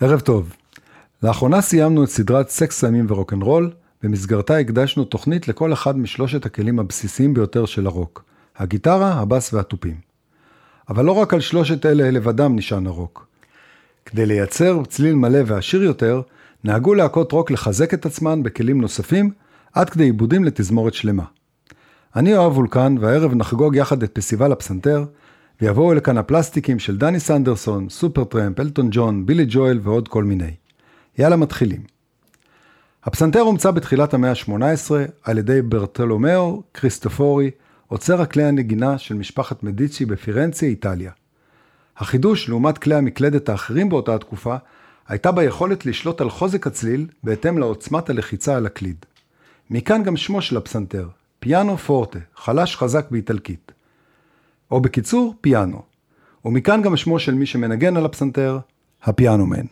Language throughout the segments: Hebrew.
ערב טוב. לאחרונה סיימנו את סדרת סקס, סמים ורוק'נ'רול, במסגרתה הקדשנו תוכנית לכל אחד משלושת הכלים הבסיסיים ביותר של הרוק, הגיטרה, הבאס והטופים. אבל לא רק על שלושת אלה לבדם נשען הרוק. כדי לייצר צליל מלא ועשיר יותר, נהגו להקות רוק לחזק את עצמן בכלים נוספים, עד כדי עיבודים לתזמורת שלמה. אני אוהב וולקן, והערב נחגוג יחד את פסטיבל הפסנתר, ויבואו לכאן הפלסטיקים של דני סנדרסון, סופר טרמפ, אלטון ג'ון, בילי ג'ואל ועוד כל מיני. יאללה מתחילים. הפסנתר הומצא בתחילת המאה ה-18 על ידי ברטולומיאו קריסטופורי, עוצר הכלי הנגינה של משפחת מדיצ'י בפירנציה, איטליה. החידוש, לעומת כלי המקלדת האחרים באותה התקופה, הייתה ביכולת לשלוט על חוזק הצליל בהתאם לעוצמת הלחיצה על הקליד. מכאן גם שמו של הפסנתר, פיאנו פורטה, חלש חזק באיטלקית. או בקיצור, פיאנו. ומכאן גם שמו של מי שמנגן על הפסנתר, הפיאנומן.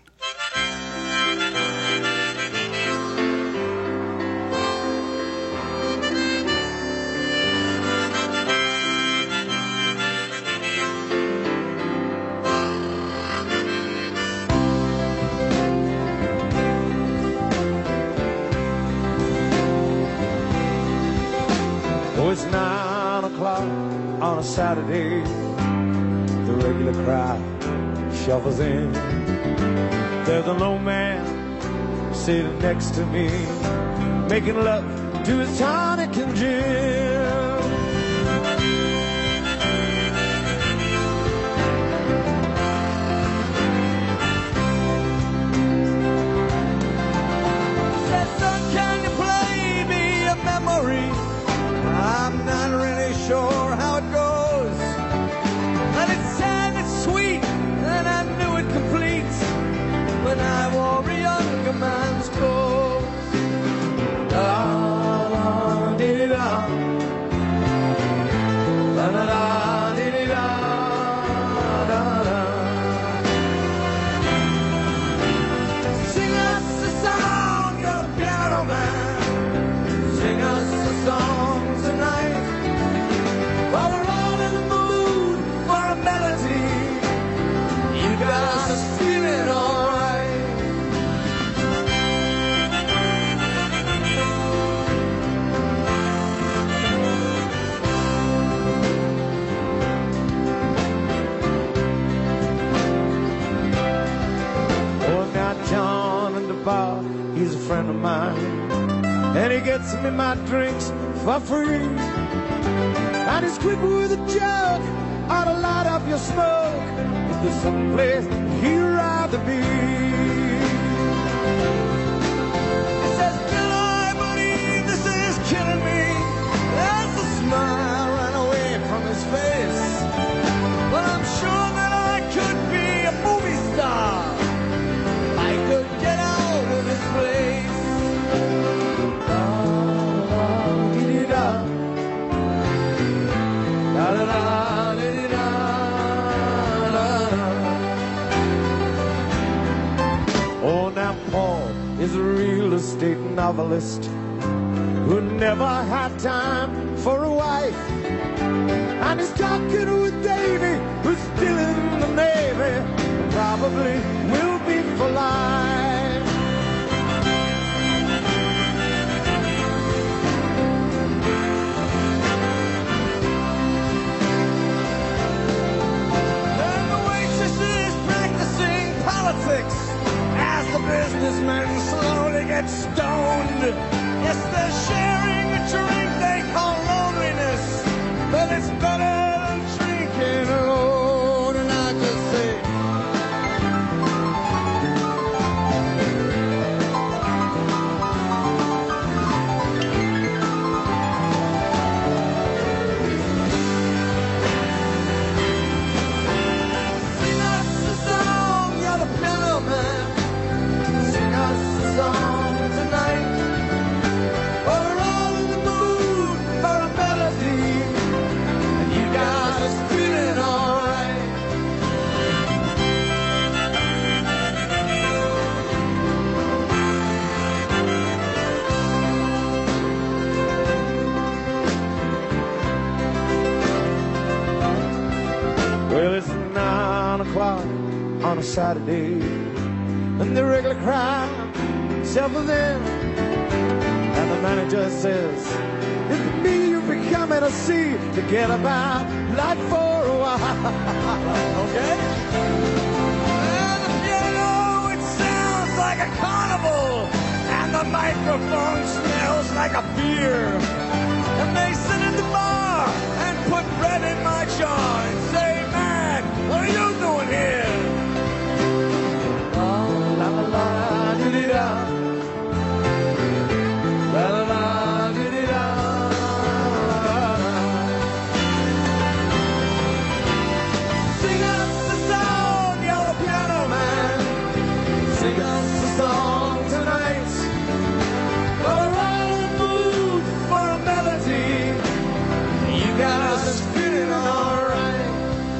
It's 9 o'clock on a Saturday. The regular crowd shuffles in. There's an old man sitting next to me, making love to his tonic and gin. Said, son, can you play me a memory? I'm not really sure how it goes, but it's sad, it's sweet, and I knew it complete when I wore a younger man's clothes. Da-da-dee-da, da-da-da-dee-da, da-da. Sing us a song, you're a piano man. Sing us a song tonight, while we're all in the mood for a melody. You got us feeling alright. Oh, now John in the bar, he's a friend of mine, and he gets me my drinks for free. And he's quick with a joke, ought to light up your smoke. If there's someplace he'd rather be. He says, can I believe this is killing me? As the smile ran away from his face. But I'm sure that I could be a movie star. I could get out of this place. Oh, now Paul is a real estate novelist who never had time for a wife, and he's talking with Davy, who's still in the Navy, probably will be for life. As the businessmen slowly get stoned. Yes, they're sharing a drink they call loneliness, but it's better than drinking alone. And I just say, sing us a song, you're the piano man. Sing us a song tonight. We're all in the mood for a melody, and you got us feeling alright. Well, it's 9 o'clock on a Saturday. and the regular crowd shuffles in, and the manager says, "It's me you've been coming to see. Forget about life for a while." Okay? And the piano, it sounds like a carnival, and the microphone smells like a beer. And they sit in the bar and put bread in my jar and say, "Man, what are you doing here?" La la la la di di da, la la la di di da. Sing us the song, yellow piano man. Sing us the song tonight. We're all in the mood for a melody. You got us feeling all right.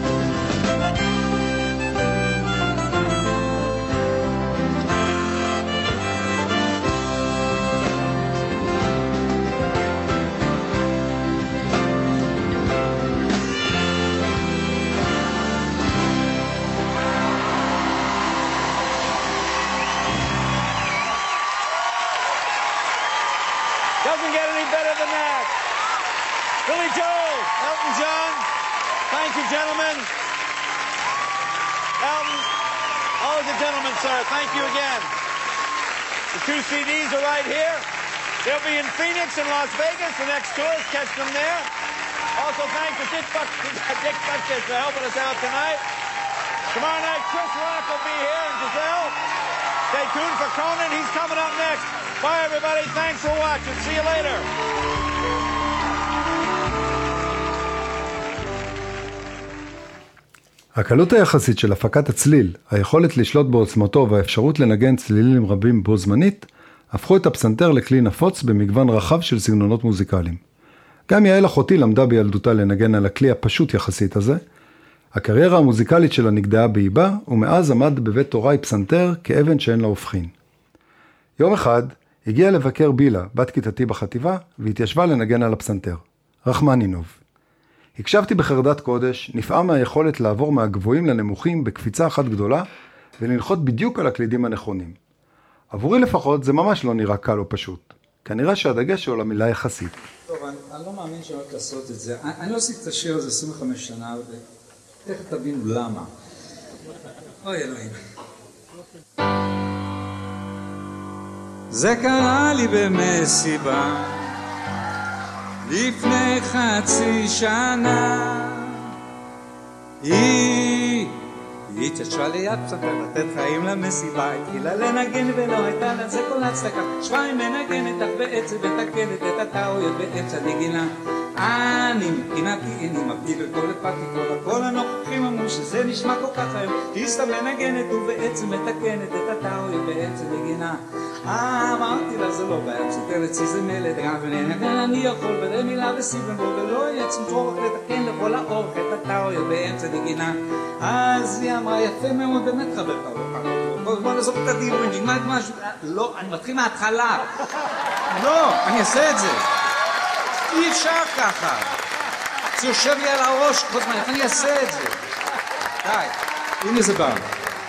Doesn't get any better than that. Billy Joel, Elton John, thank you, gentlemen. Elton, always a gentleman, sir. Thank you again. The 2 CDs are right here. They'll be in Phoenix and Las Vegas. The next tours, catch them there. Also, thanks to Dick Buckstead for helping us out tonight. Tomorrow night, Chris Rock will be here and Giselle. Stay tuned for Conan. He's coming up next. Bye, everybody. Thanks for watching. See you later. הקלות היחסית של הפקת הצליל, היכולת לשלוט בעוצמתו והאפשרות לנגן צלילים רבים בו זמנית, הפכו את הפסנתר לכלי נפוץ במגוון רחב של סגנונות מוזיקליים. גם יעל אחותי למדה בילדותה לנגן על הכלי הפשוט יחסית הזה. הקריירה המוזיקלית שלה נגדעה באיבה, ומאז עמד בבית הוריי פסנתר כאבן שאין לה הופכין. יום אחד הגיעה לבקר בילה, בת כיתתי בחטיבה, והתיישבה לנגן על הפסנתר. רחמנינוב. הקשבתי בחרדת קודש, נפעם מהיכולת לעבור מהגבוהים לנמוכים בקפיצה אחת גדולה, ולנחות בדיוק על הקלידים הנכונים. עבורי לפחות זה ממש לא נראה קל או פשוט. כנראה שהדגש הוא למילה יחסית. טוב, אני לא מאמין שרק לעשות את זה. אני לא עשיתי את השיר הזה 25 שנה, ותכף תבינו למה. אוי אלוהים. זה קרה לי במסיבה לפני חצי שנה. היא התיישבה ליד פסנתר לתת חיים למסיבה, התחילה לנגן ולא הייתה לזה כל הצדקה. שבועיים מנגנת אך בעצם מתקנת את הטעויות באמצע נגינה. אני מבחינתי איני מבדיל את כל הפרטיקולה, כל הנוכחים אמרו שזה נשמע כל כך היום, היא סתם מנגנת ובעצם מתקנת את הטעויות באמצע נגינה. אמרתי לה זה לא בעיה, פסנתר אצלי זה מלט רב ונגן, אני יכול בלי מילה וסיבן בו ולא יהיה צורך לתקן לכל האורך את הטעויות באמצע נגינה. אז היא אמרה יפה מאוד, באמת חבר קרוב, בוא נעזוב את הדיבורים, נלמד משהו. לא, אני מתחיל מההתחלה. לא, אני אעשה את זה. אי אפשר ככה. זה יושב לי על הראש כל הזמן, איך אני אעשה את זה? די, הנה זה בא.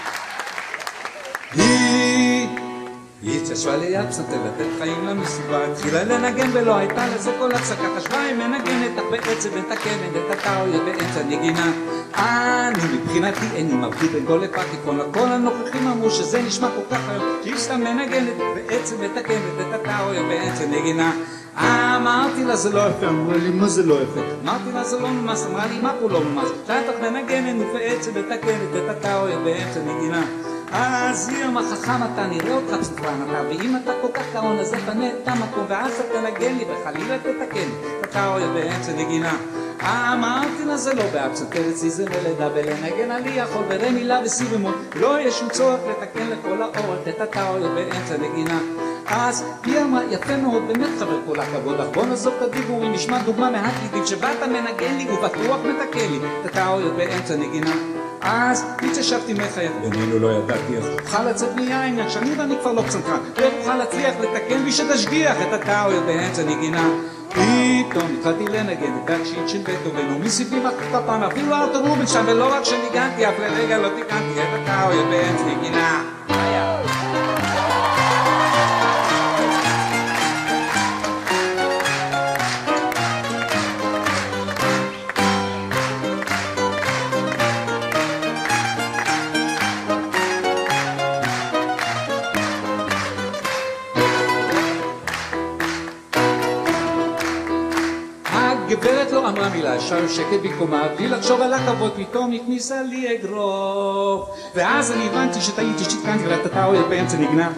היא התיישבה ליד פסנתר לתת חיים למסיבה, התחילה לנגן ולא הייתה לזה כל הפסקה. חשבה היא מנגנת אך בעצם מתקנת את הטעויות באמצע נגינה. אני מבחינתי איני מבדיל בין כל הפרטיקולה, כל הנוכחים אמרו שזה נשמע כל כך היום, שהיא סתם מנגנת בעצם מתקנת את הטעויות באמצע נגינה. אמרתי לה זה לא יפה, אמרה לי מה זה לא יפה? אמרתי לה זה לא ממש, אמרה לי מה פה לא ממש? שאתך מנגנת ובעצם מתקנת את הטעויות באמצע נגינה. אז היא אמרה חכם אתה נראה אותך פסטרן אתה, ואם אתה כל כך קרון אז תפנה את המקום ואז תנגן לי וחלילה תתקן אתה אוהב באמצע נגינה. אמרתי לה זה לא באפסנתר אצלי זה מלדה ולנגן אני יכול ברי מילה וסי במון, לא יש שום צורך לתקן לכל האורך את הטעויות באמצע נגינה. אז היא אמרה יפה מאוד באמת חבר כל הכבוד, אך בוא נעזוב את הדיבורים, נשמע דוגמה מהקלידים שבה אתה מנגן לי ובטוח מתקן לי את הטעויות באמצע נגינה. אז התיישבתי מחייך בינינו לא ידעתי איך תוכל לצאת מהעניין שאני ואני כבר לא פסנתרן, ואיך תוכל להצליח לתקן לי שתשגיח את הטעויות באמצע נגינה. פתאום התחלתי לנגן את השיט של בטהובן ומסיבי מחליט הפעם אפילו ארתור רובינשטיין, ולא רק שניגנתי אף לרגע לא תיקנתי את הטעויות באמצע נגינה. הגברת לא אמרה מילה, שר שקט במקומה, בלי לחשוב על הכבוד, פתאום הכניסה לי אגרוף. ואז אני הבנתי שטעיתי, שתקנתי לה את הטאויות באמצע נגנה.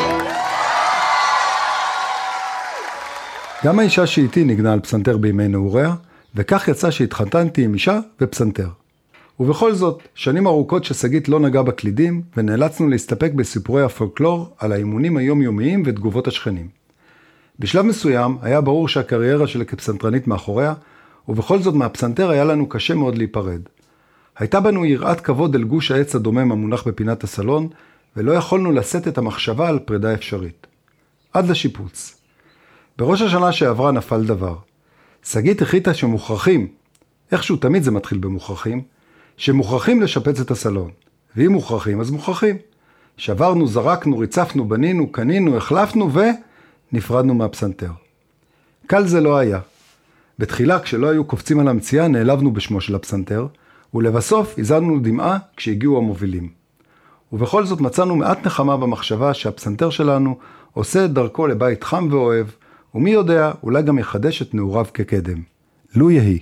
גם האישה שאיתי נגנה על פסנתר בימי נעוריה, וכך יצא שהתחתנתי עם אישה ופסנתר. ובכל זאת, שנים ארוכות ששגית לא נגעה בקלידים, ונאלצנו להסתפק בסיפורי הפולקלור על האימונים היומיומיים ותגובות השכנים. בשלב מסוים היה ברור שהקריירה שלה כפסנתרנית מאחוריה, ובכל זאת מהפסנתר היה לנו קשה מאוד להיפרד. הייתה בנו יראת כבוד אל גוש העץ הדומם המונח בפינת הסלון, ולא יכולנו לשאת את המחשבה על פרידה אפשרית. עד לשיפוץ. בראש השנה שעברה נפל דבר. שגית החליטה שמוכרחים, איכשהו תמיד זה מתחיל במוכרחים, שמוכרחים לשפץ את הסלון. ואם מוכרחים, אז מוכרחים. שברנו, זרקנו, ריצפנו, בנינו, קנינו, החלפנו ונפרדנו מהפסנתר. קל זה לא היה. בתחילה, כשלא היו קופצים על המציאה, נעלבנו בשמו של הפסנתר, ולבסוף הזלנו דמעה כשהגיעו המובילים. ובכל זאת מצאנו מעט נחמה במחשבה שהפסנתר שלנו עושה את דרכו לבית חם ואוהב, ומי יודע, אולי גם יחדש את נעוריו כקדם. לו יהי.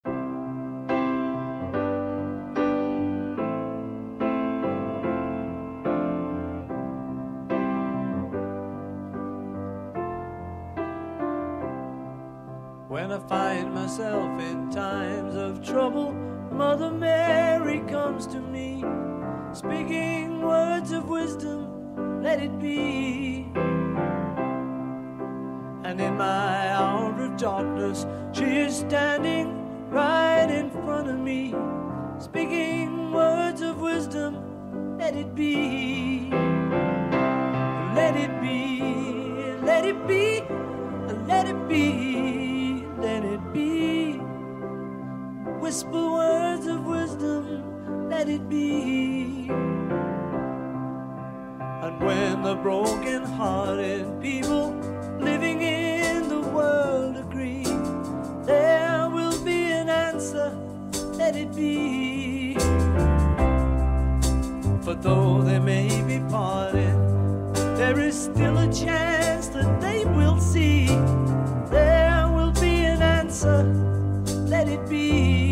When I find myself in times of trouble, Mother Mary comes to me, speaking words of wisdom, let it be. And in my hour of darkness, she is standing right in front of me, speaking words of wisdom, let it be. Let it be, let it be, let it be. Let it be. Whisper words of wisdom, let it be. And when the broken-hearted people living in the world agree, there will be an answer, let it be. For though they may be parted, there is still a chance that they will see. There will be an answer, let it be.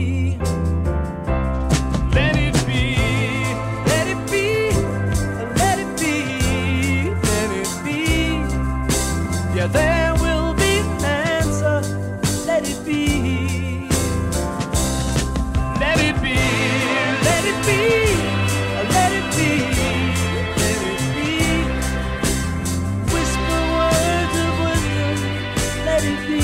Let it be, let it be, let it be, let it be. Yeah, there will be an answer, let it be. Let it be, let it be, let it be, let it be. Whisper words of wisdom, let it be.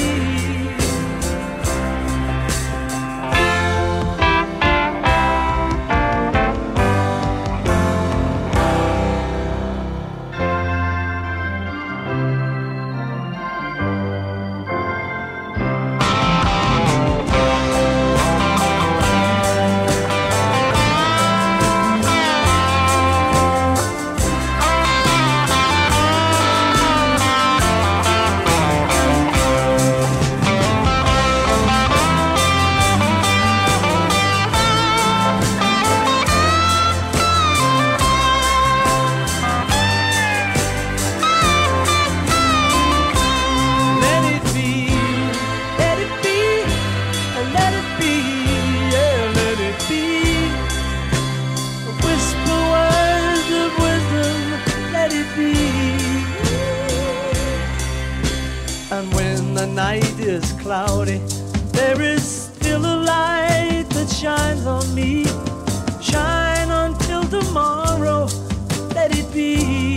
Cloudy, there is still a light that shines on me. Shine until tomorrow, let it be.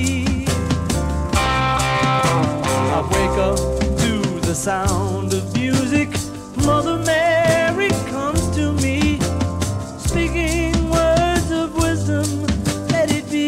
I wake up to the sound of music. Mother Mary comes to me, speaking words of wisdom, let it be.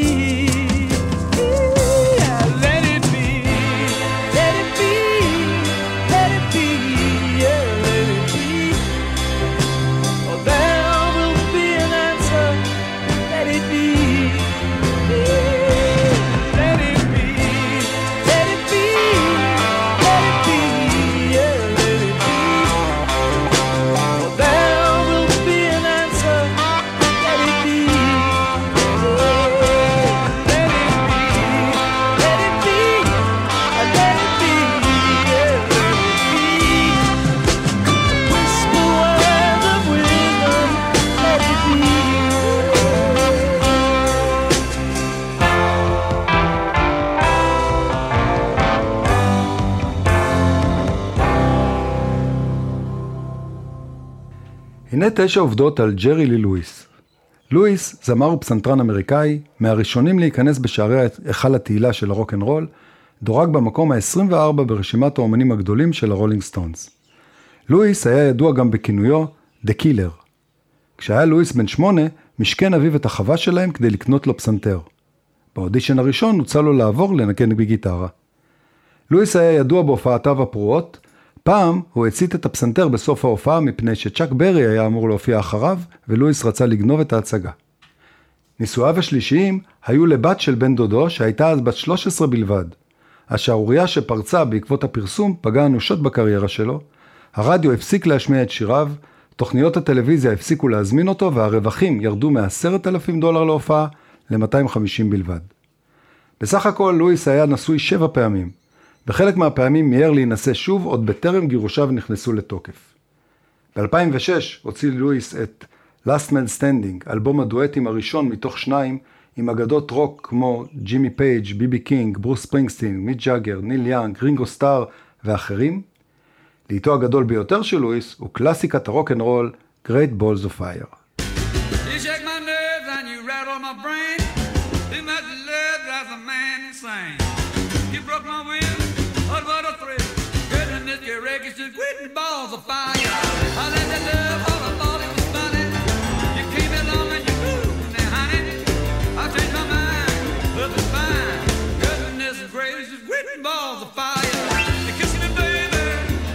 הנה 9 עובדות על ג'רי לי לואיס. לואיס, זמר ופסנתרן אמריקאי, מהראשונים להיכנס בשערי היכל התהילה של הרוק-אנד-רול, דורג במקום ה-24 ברשימת האומנים הגדולים של הרולינג סטונס. לואיס היה ידוע גם בכינויו The Killer. כשהיה לואיס בן 8, משכן אביו את החווה שלהם כדי לקנות לו פסנתר. באודישן הראשון הוצע לו לעבור לנגן בגיטרה. לואיס היה ידוע בהופעתיו הפרועות, פעם הוא הצית את הפסנתר בסוף ההופעה מפני שצ'אק ברי היה אמור להופיע אחריו, ולואיס רצה לגנוב את ההצגה. נישואיו השלישיים היו לבת של בן דודו שהייתה אז בת 13 בלבד. השערוריה שפרצה בעקבות הפרסום פגעה אנושות בקריירה שלו, הרדיו הפסיק להשמיע את שיריו, תוכניות הטלוויזיה הפסיקו להזמין אותו והרווחים ירדו $10,000 להופעה ל-250 בלבד. בסך הכל לואיס היה נשוי 7 פעמים. בחלק מהפעמים מיהר להינשא שוב עוד בטרם גירושיו נכנסו לתוקף. ב-2006 הוציא לואיס את Last Man Standing, אלבום הדואטים הראשון מתוך 2 עם אגדות רוק כמו ג'ימי פייג', ביבי קינג, ברוס ספרינגסטין, מיק ג'אגר, ניל יאנג, רינגו סטאר ואחרים. לעיתו הגדול ביותר של לואיס הוא קלאסיקת הרוק-אנד-רול Great Balls of Fire. You shake my nerves and you rattle my brain. Too much love drives a man insane. You broke my will, what a thrill. Goodness, your wreck is just quitting balls of fire. I let the love all I thought it was funny. You came along and you moved now, honey. I changed my mind, but it's fine. Goodness gracious, quitting balls of fire. You kissing me, baby.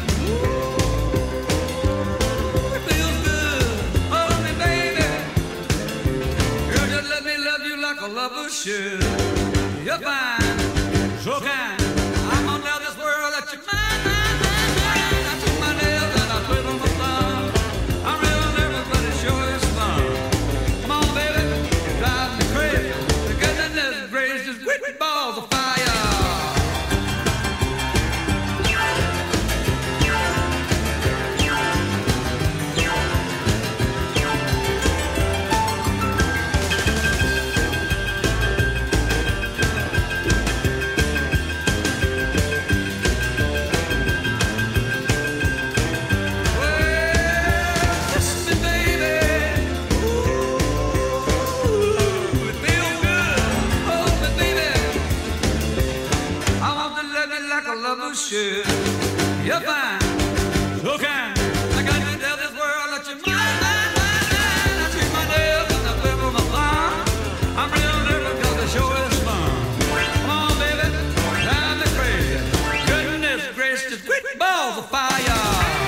Ooh, it feels good. Hold me, baby. Girl, just let me love you like a lover should. You're fine, so kind. I'm gonna love this world that you're mine, mine, mine, mine. I took my nails and I twiddle my thumb. I'm real nervous, but it sure is fun. Come on, baby, drive me crazy. The goodness gracious, quit balls of fire. Should. You're fine, so kind. I got to tell this world that you're mine, mine, mine, mine. I treat my nails and I flip my thumb. I'm real nervous because the show is fun. Come on, baby, drive me crazy. Goodness gracious, quit balls of fire.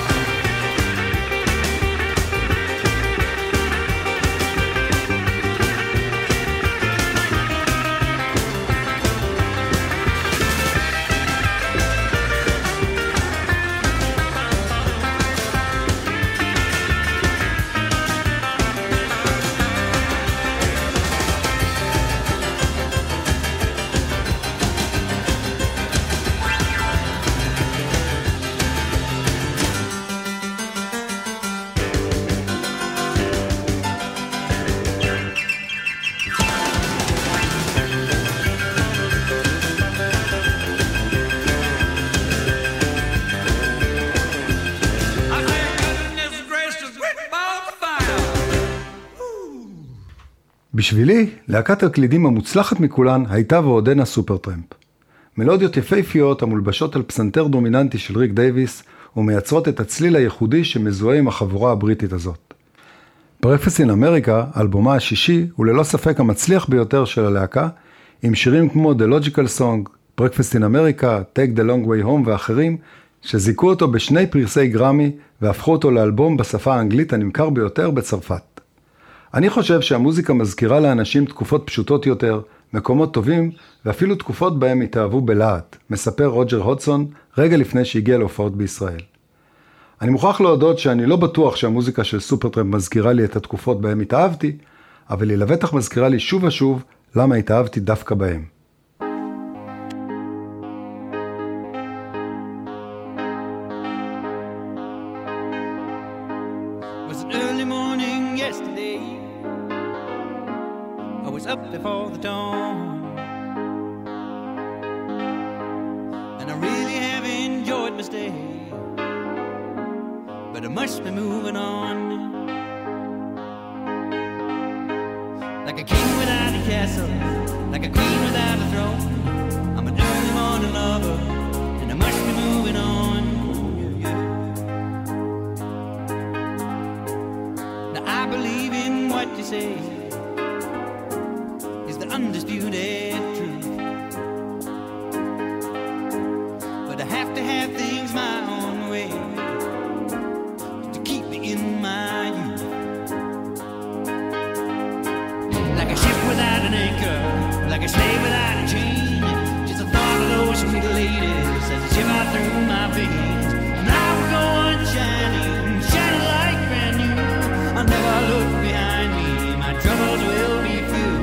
בשבילי, להקת הקלידים המוצלחת מכולן הייתה ועודנה סופרטרמפ. מלודיות יפהפיות המולבשות על פסנתר דומיננטי של ריק דייביס ומייצרות את הצליל הייחודי שמזוהה עם החבורה הבריטית הזאת. Breakfast in America, אלבומה השישי, הוא ללא ספק המצליח ביותר של הלהקה, עם שירים כמו The Logical Song, Breakfast in America, Take the Long Way Home ואחרים, שזיקו אותו בשני פרסי גרמי והפכו אותו לאלבום בשפה האנגלית הנמכר ביותר בצרפת. אני חושב שהמוזיקה מזכירה לאנשים תקופות פשוטות יותר, מקומות טובים, ואפילו תקופות בהם התאהבו בלהט, מספר רוג'ר הודסון רגע לפני שהגיע להופעות בישראל. אני מוכרח להודות שאני לא בטוח שהמוזיקה של סופרטרמפ מזכירה לי את התקופות בהם התאהבתי, אבל היא לבטח מזכירה לי שוב ושוב למה התאהבתי דווקא בהם. Up before the dawn, and I really have enjoyed my stay, but I must be moving on. castle, like a queen without a throne. I'm an early morning lover, and I must be moving on. Now I believe in what you say is the undisputed truth, but I have to have things my own way to keep me in my youth. Like a ship without an anchor, like a slave without a chain, just the thought of those sweet ladies as they shiver through my veins. And I will go on shining, shining like brand new. I'll never look behind me, my troubles will be few.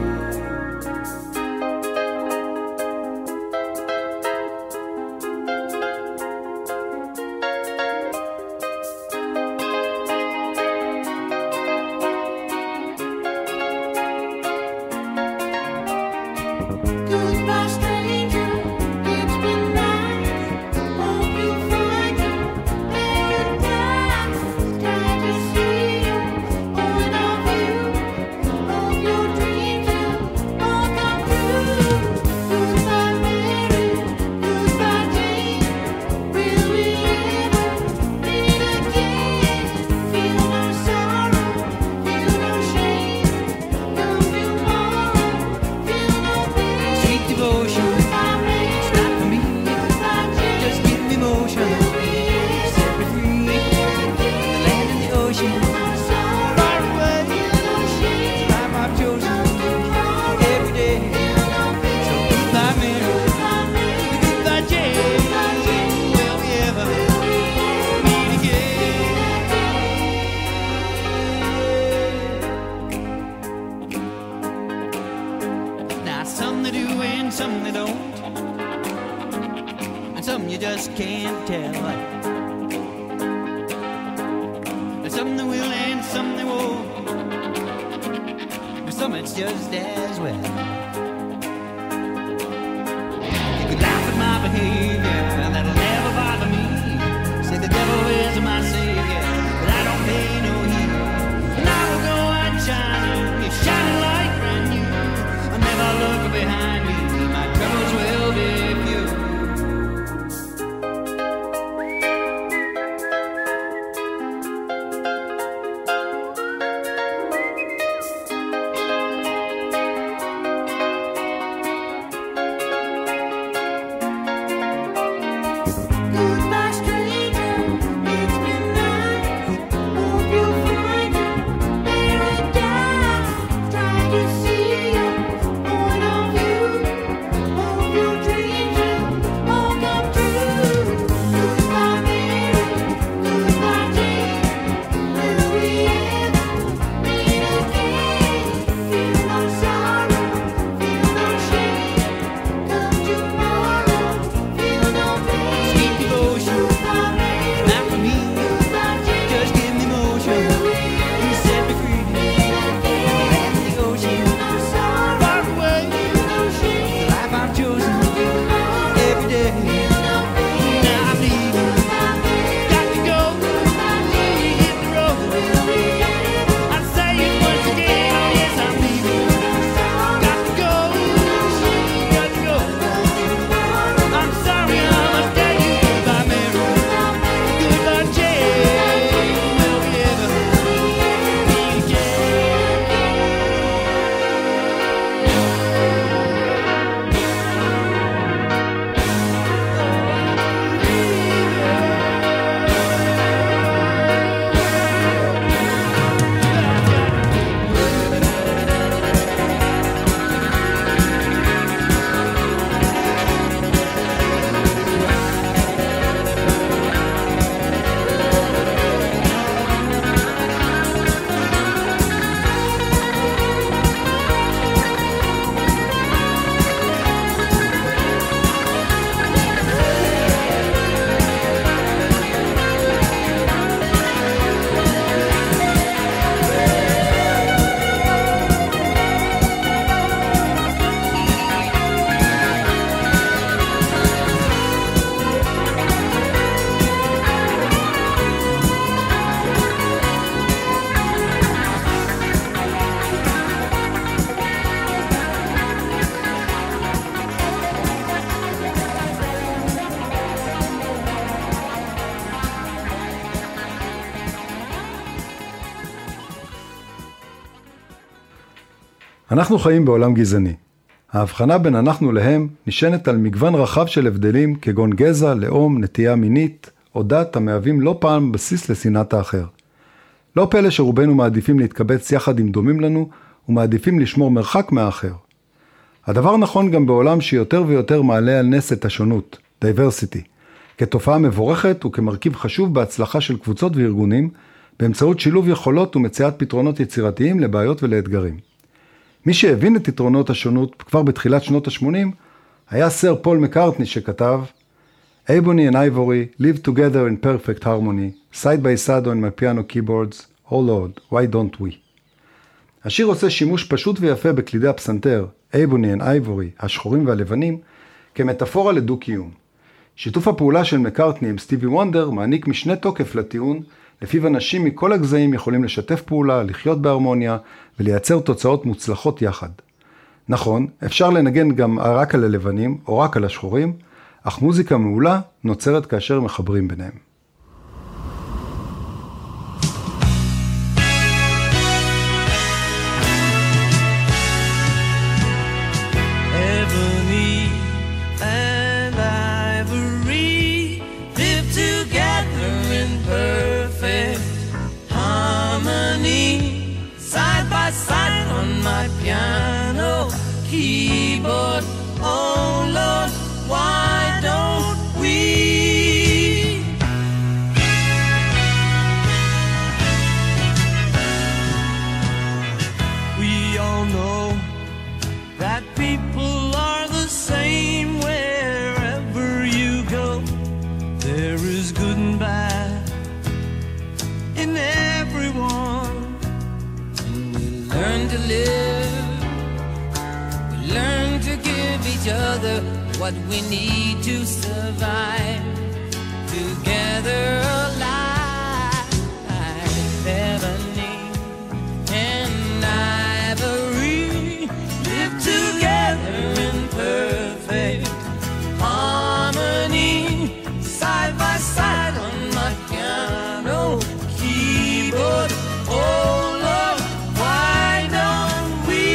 Goodbye, stranger. It's been nice. Hope you find your paradise. Glad to see you. Point of view. Hope your dreams will all come true. Goodbye, Mary. Goodbye, Jane. Will we ever meet again? Feel no sorrow. Feel no shame. Come tomorrow. Feel no pain. Sweet devotion, Goodbye, Mary. it's not for me. Goodbye, Jane. Just give me motion, set me free. The land and the ocean, far away. Life I've chosen every day. So goodbye, Mary. Goodbye, Jane. Will we ever meet again? Now some they do and some they don't, and some you just can't tell. And some they will and some they won't, and some it's just as well. You can laugh at my behavior, that'll never bother me. Say the devil is my savior, but I don't pay no heed. And I will go on shining, it's shining like brand new. I'll never look behind me, my troubles will be few. אנחנו חיים בעולם גזעני. ההבחנה בין אנחנו להם נשענת על מגוון רחב של הבדלים כגון גזע, לאום, נטייה מינית או דת המהווים לא פעם בסיס לשנאת האחר. לא פלא שרובנו מעדיפים להתקבץ יחד עם דומים לנו ומעדיפים לשמור מרחק מהאחר. הדבר נכון גם בעולם שיותר ויותר מעלה על נס את השונות, diversity, כתופעה מבורכת וכמרכיב חשוב בהצלחה של קבוצות וארגונים, באמצעות שילוב יכולות ומציאת פתרונות יצירתיים לבעיות ולאתגרים. מי שהבין את יתרונות השונות כבר בתחילת שנות ה-80, היה סר פול מקארטני שכתב, Ebony and Ivory live together in perfect harmony, side by side on my piano keyboards, oh Lord, why don't we? השיר עושה שימוש פשוט ויפה בקלידי הפסנתר, Ebony and Ivory, השחורים והלבנים, כמטאפורה לדו-קיום. שיתוף הפעולה של מקארטני עם סטיבי וונדר מעניק משנה תוקף לטיעון, לפיו אנשים מכל הגזעים יכולים לשתף פעולה, לחיות בהרמוניה ולייצר תוצאות מוצלחות יחד. נכון, אפשר לנגן גם רק על הלבנים או רק על השחורים, אך מוזיקה מעולה נוצרת כאשר מחברים ביניהם. Ebony and ivory live together in perfect harmony, side by side on my piano keyboard. Oh Lord, why don't we? We all know that people are the same wherever you go. There is good and bad in everyone. And we learn to live, we learn to give each other what we need to survive. Together alive, ebony and ivory live together in perfect harmony, side by side on my piano keyboard. Oh Lord, why don't we?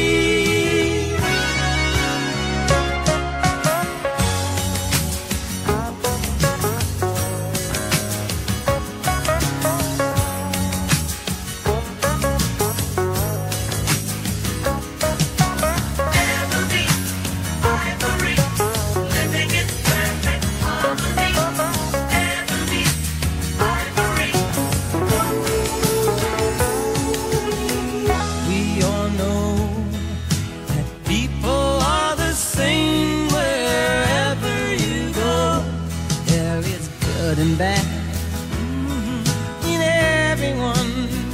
We all know that people are the same wherever you go. There is good and bad in everyone.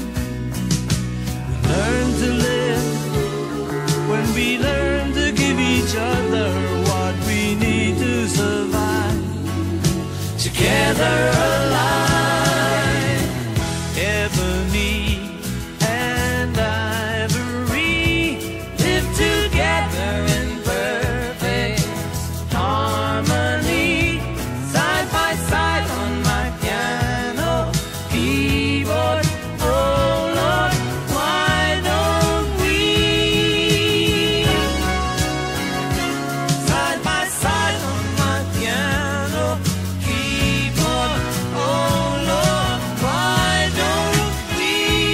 We learn to live when we learn to give each other what we need to survive. Together alive, ebony and ivory live together in perfect harmony, side by side on my piano keyboard. Oh Lord, why don't we? Side by side on my piano keyboard. Oh Lord, why don't we?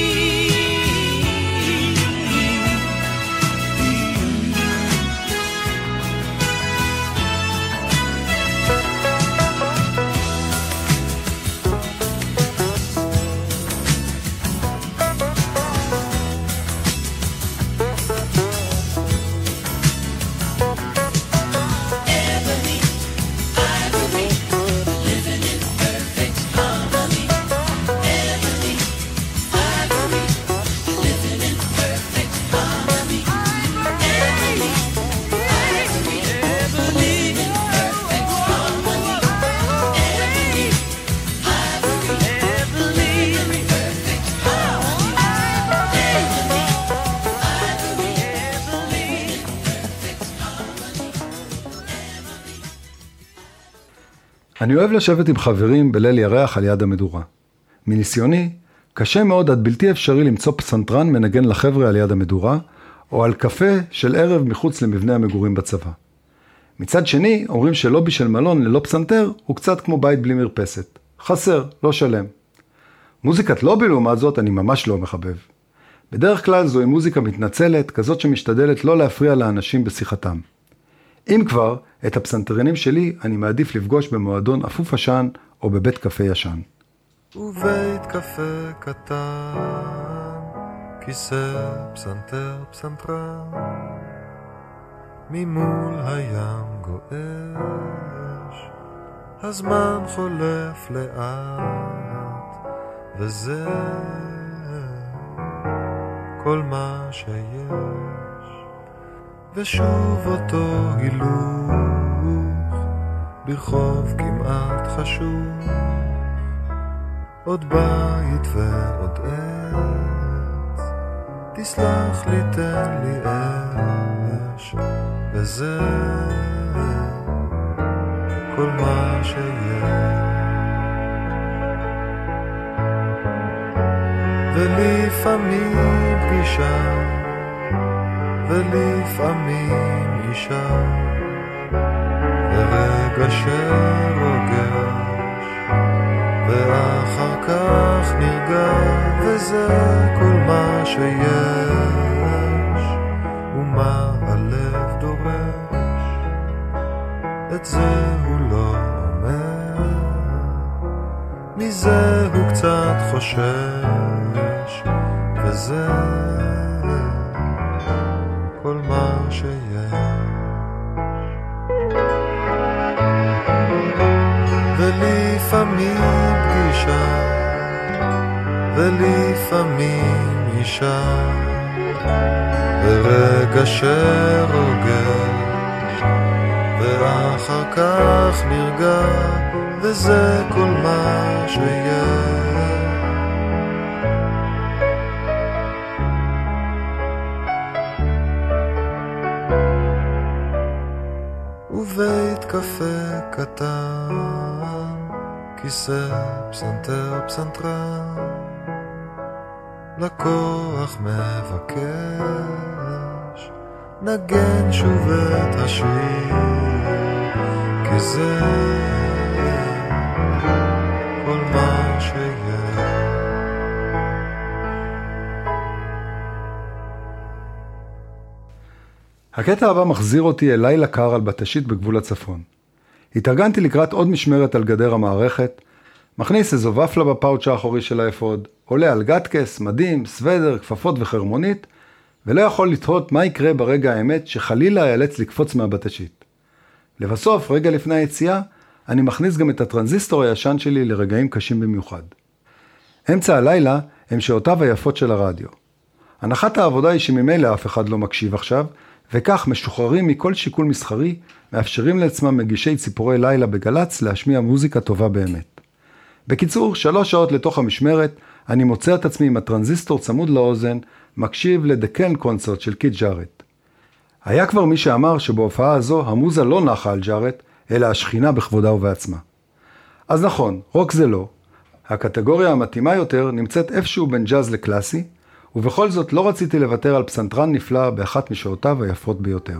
Ebony, ivory, living in perfect harmony. Ebony, ivory, living in perfect harmony. Ebony, ivory, living in perfect harmony. Ebony, ivory, living in perfect harmony. Ebony, ivory, living in perfect harmony. אני אוהב לשבת עם חברים בליל ירח על יד המדורה. מניסיוני, קשה מאוד עד בלתי אפשרי למצוא פסנתרן מנגן לחבר'ה על יד המדורה, או על קפה של ערב מחוץ למבנה המגורים בצבא. מצד שני, אומרים שלובי של מלון ללא פסנתר הוא קצת כמו בית בלי מרפסת. חסר, לא שלם. מוזיקת לובי לעומת זאת אני ממש לא מחבב. בדרך כלל זוהי מוזיקה מתנצלת, כזאת שמשתדלת לא להפריע לאנשים בשיחתם. אם כבר, את הפסנתרנים שלי אני מעדיף לפגוש במועדון אפוף עשן או בבית קפה ישן. ובית קפה קטן, כיסא, פסנתר, פסנתרן, ממול הים גועש, הזמן חולף לאט, וזה כל מה שיש, ושוב אותו הילוך ברחוב כמעט חשוך, עוד בית ועוד עץ, תסלח לי, תן לי אש, וזה כל מה שיש. ולפעמים פגישה, ולפעמים אישה, ורגע שרוגש, ואחר כך נרגע, וזה כל מה שיש, ומה הלב דורש, את זה הוא לא אומר, מזה הוא קצת חושש, וזה כל מה שיש. ולפעמים פגישה, ולפעמים אישה, ורגע שרוגש, ואחר כך נרגע, וזה כל מה שיש. ובית קפה קטן, כיסא, פסנתר, פסנתרן, לקוח מבקש, נגן שוב את השיר, כי זה כל מה שיש. הקטע הבא מחזיר אותי אל לילה קר על בתשית בגבול הצפון. התארגנתי לקראת עוד משמרת על גדר המערכת, מכניס איזו ופלה בפאוץ' האחורי של האפוד, עולה על גטקס, מדים, סוודר, כפפות וחרמונית, ולא יכול לתהות מה יקרה ברגע האמת שחלילה יאלץ לקפוץ מהבתשית. לבסוף, רגע לפני היציאה, אני מכניס גם את הטרנזיסטור הישן שלי לרגעים קשים במיוחד. אמצע הלילה הם שעותיו היפות של הרדיו. הנחת העבודה היא שממילא אף אחד לא מקשיב עכשיו, וכך משוחררים מכל שיקול מסחרי, מאפשרים לעצמם מגישי ציפורי לילה בגלץ להשמיע מוזיקה טובה באמת. בקיצור, 3 שעות לתוך המשמרת, אני מוצא את עצמי עם הטרנזיסטור צמוד לאוזן, מקשיב לדקן קונצרט של קית' ג'ארט. היה כבר מי שאמר שבהופעה הזו המוזה לא נחה על ג'ארט, אלא השכינה בכבודה ובעצמה. אז נכון, רוק זה לא. הקטגוריה המתאימה יותר נמצאת איפשהו בין ג'אז לקלאסי, ובכל זאת לא רציתי לוותר על פסנתרן נפלא באחת משעותיו היפות ביותר.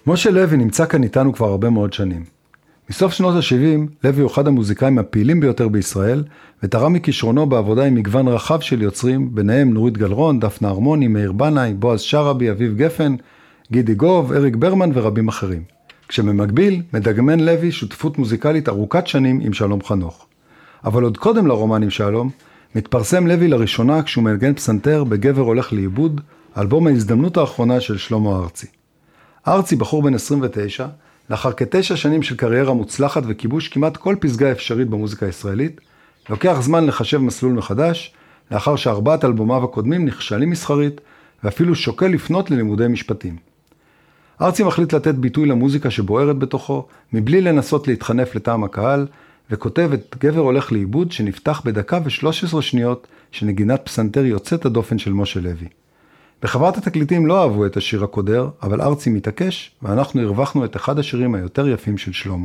משה לוי נמצא כאן איתנו כבר הרבה מאוד שנים. מסוף שנות ה-70, לוי הוא אחד המוזיקאים הפעילים ביותר בישראל, ותרם מכישרונו בעבודה עם מגוון רחב של יוצרים, ביניהם נורית גלרון, דפנה הרמוני, מאיר בנאי, בועז שרבי, אביב גפן, גידי גוב, אריק ברמן ורבים אחרים. כשבמקביל, מדגמן לוי שותפות מוזיקלית ארוכת שנים עם שלום חנוך. אבל עוד קודם לרומן עם שלום, מתפרסם לוי לראשונה כשהוא מנגן פסנתר בגבר הולך לאיבוד, אלבום ההזדמנות האחרונה של שלמה ארצי. ארצי, בחור בן 29, לאחר כ9 שנים של קריירה מוצלחת וכיבוש כמעט כל פסגה אפשרית במוזיקה הישראלית, לוקח זמן לחשב מסלול מחדש, לאחר ש4 אלבומיו הקודמים נכשלים מסחרית, ואפילו שוקל לפנות ללימודי משפטים. ארצי מחליט לתת ביטוי למוזיקה שבוערת בתוכו, מבלי לנסות להתחנף לטעם הקהל, וכותב את גבר הולך לאיבוד שנפתח בדקה ו13 שניות של נגינת פסנתר יוצאת הדופן של משה לוי. בחברת התקליטים לא אהבו את השיר הקודר, אבל ארצי מתעקש, ואנחנו הרווחנו את אחד השירים היותר יפים של שלמה.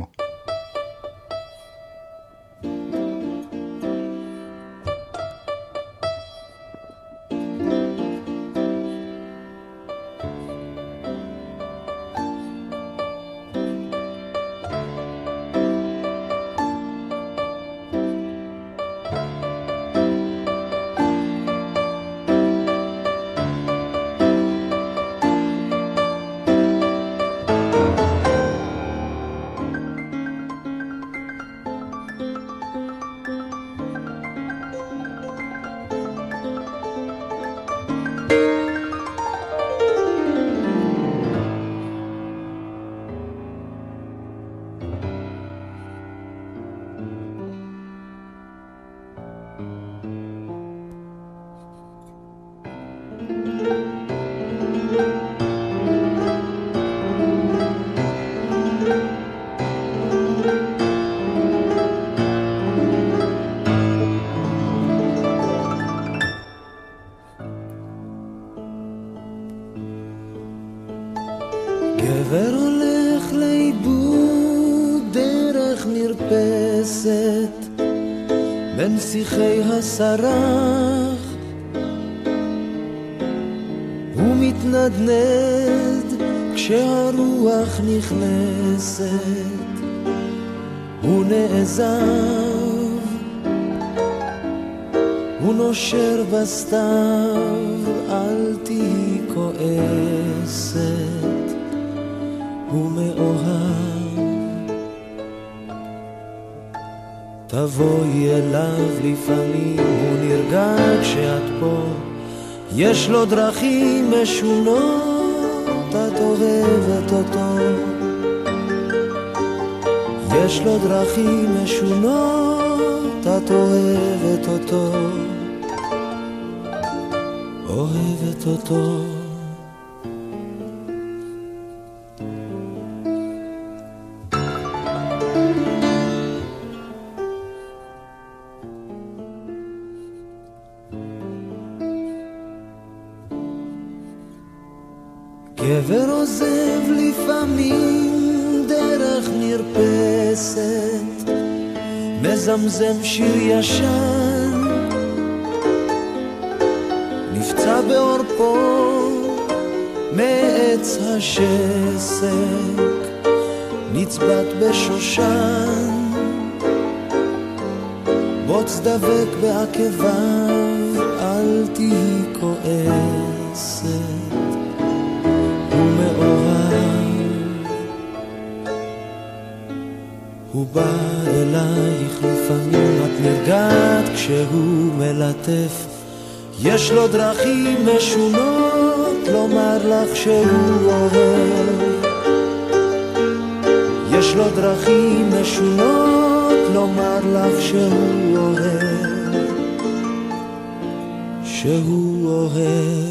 גבר הולך לאיבוד דרך מרפסת בין שיחי הסרח, הוא מתנדנד כשהרוח נכנסת, הוא נעזב, הוא נושר בסתיו, אל תהי כועסת, הוא מאוהב. תבואי אליו לפעמים, הוא נרגע כשאת פה, יש לו דרכים משונות, את אוהבת אותו. יש לו דרכים משונות, את אוהבת אותו. אוהבת אותו. גבר עוזב לפעמים דרך מרפסת, מזמזם שיר ישן, נפצע בעורפו מעץ השסק, נצבט בשושן, בוץ דבק בעקביו, אל תהי כועסת, הוא מאוהב. הוא בא אלייך לפעמים, את נרגעת כשהוא מלטף, יש לו דרכים משונות לומר לך שהוא אוהב. יש לו דרכים משונות לומר לך שהוא אוהב, שהוא אוהב.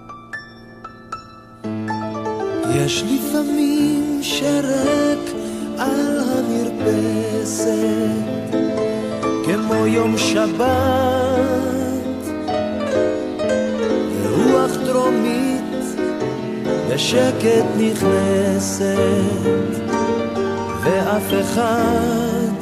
יש לפעמים שרק על המרפסת כמו יום שבת, רוח דרומית בשקט נכנסת ואף אחד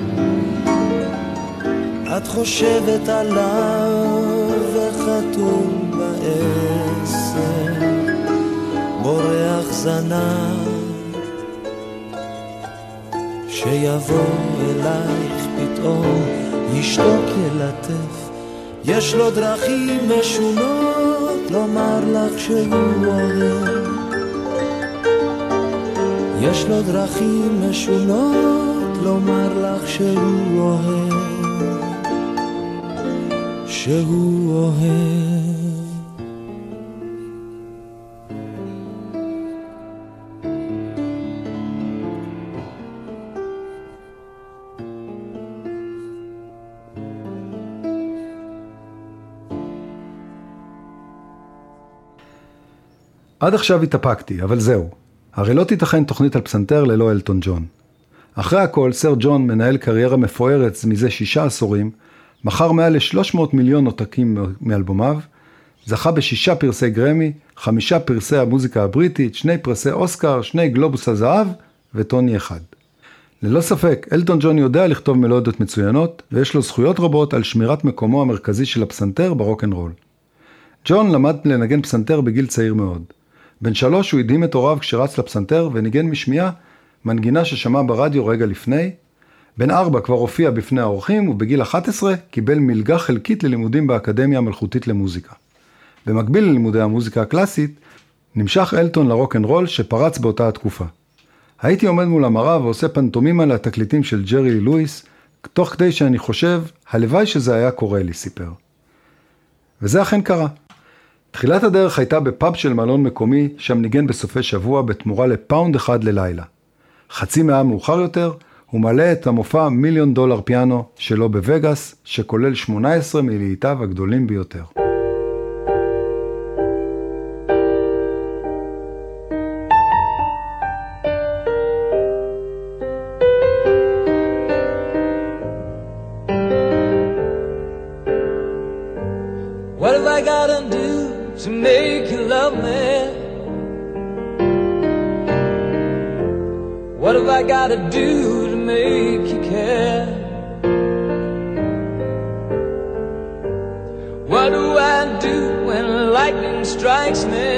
את חושבת עליו וחתום בעשר בורח זנב שיבוא אלייך פתאום ישתוק ילטף, יש לו דרכים משונות לומר לך שהוא אוהב, יש לו דרכים משונות לומר לך שהוא אוהב, שהוא אוהב. עד עכשיו התאפקתי, אבל זהו. הרי לא תיתכן תוכנית על פסנתר ללא אלטון ג'ון. אחרי הכל, סר ג'ון מנהל קריירה מפוארת מזה 6 עשורים, מכר מעל ל-300 מיליון עותקים מאלבומיו, זכה ב6 פרסי גרמי, 5 פרסי המוזיקה הבריטית, 2 פרסי אוסקר, 2 גלובוס הזהב וטוני אחד. ללא ספק, אלטון ג'ון יודע לכתוב מלודיות מצוינות, ויש לו זכויות רבות על שמירת מקומו המרכזי של הפסנתר ברוק'נ'רול. ג'ון למד לנגן פסנתר בגיל צעיר מאוד. בן 3 הוא הדהים את הוריו כשרץ לפסנתר וניגן משמיעה מנגינה ששמע ברדיו רגע לפני. בן 4 כבר הופיע בפני האורחים, ובגיל 11 קיבל מלגה חלקית ללימודים באקדמיה המלכותית למוזיקה. במקביל ללימודי המוזיקה הקלאסית, נמשך אלטון לרוק'נ'רול שפרץ באותה התקופה. הייתי עומד מול המראה ועושה פנטומימה לתקליטים של ג'רי לי לואיס, תוך כדי שאני חושב, הלוואי שזה היה קורה לי, סיפר. וזה אכן קרה. תחילת הדרך הייתה בפאב של מלון מקומי, שם ניגן בסופי שבוע בתמורה לפאונד אחד ללילה. חצי מאה מאוחר יותר, הוא מלא את המופע $1 מיליון פיאנו שלו בווגאס, שכולל 18 מלהיטיו הגדולים ביותר. What have I gotta do to make you love me? What have I gotta do to make you care? What do I do when lightning strikes me?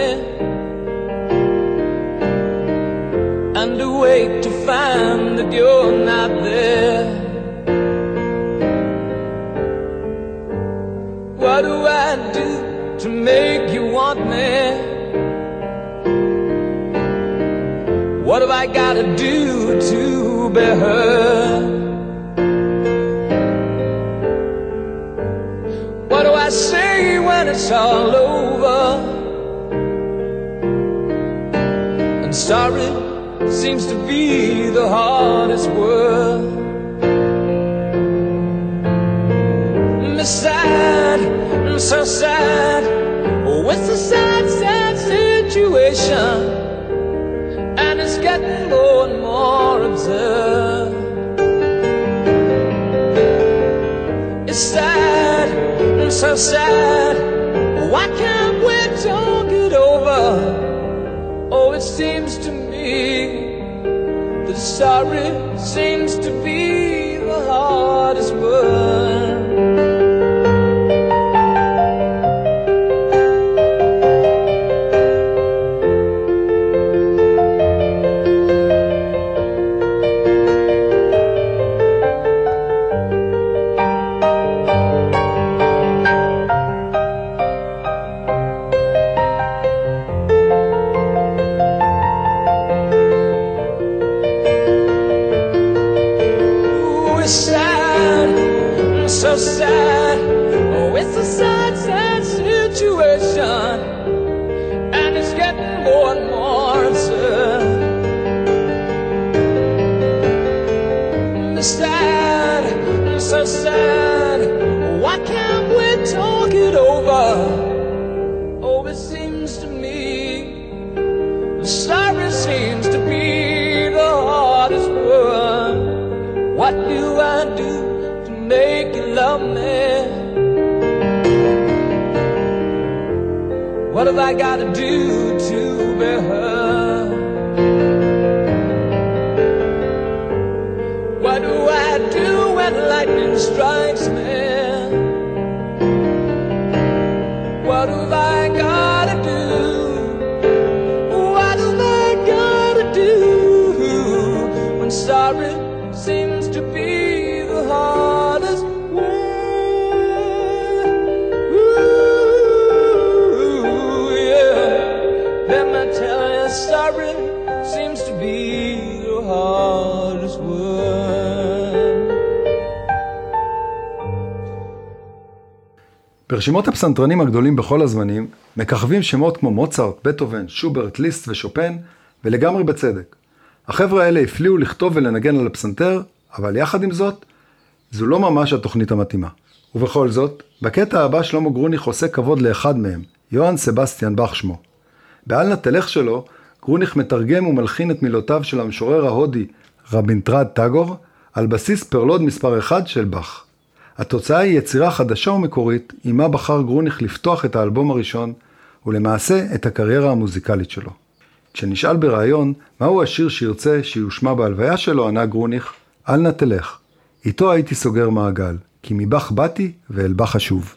And to wait to find that you're not there. What do I do to make you want me? What have I got to do to be heard? What do I say when it's all over? And sorry seems to be the hardest word. Sad, I'm so sad. Oh, it's a sad, sad situation, and it's getting more and more absurd. It's sad, I'm so sad. Why can't we talk it over? Oh, it seems to me that sorry seems to be the hardest word. What have I got to do to be heard? What do I do when lightning strikes me? What have I got to do? What have I got to do when sorry seems to be the hardest word? Ooh, yeah. Let me tell you, sorry seems to be the hardest word. ברשימות הפסנתרנים הגדולים בכל הזמנים מככבים שמות כמו מוצרט, בטהובן, שוברט, ליסט ושופן, ולגמרי בצדק. החבר'ה האלה הפליאו לכתוב ולנגן על הפסנתר, אבל יחד עם זאת, זו לא ממש התוכנית המתאימה. ובכל זאת, בקטע הבא שלמה גרוניך עושה כבוד לאחד מהם, יוהאן סבסטיאן באך שמו. באל נא תלך שלו, גרוניך מתרגם ומלחין את מילותיו של המשורר ההודי רבינדרת טאגור, על בסיס פרלוד מספר 1 של באך. התוצאה היא יצירה חדשה ומקורית, עמה בחר גרוניך לפתוח את האלבום הראשון, ולמעשה את הקריירה המוזיקלית שלו. כשנשאל בראיון מהו השיר שירצה שיושמע בהלוויה שלו, ענה גרוניך, אל נא תלך. איתו הייתי סוגר מעגל, כי מבאך באתי ואל באך אשוב.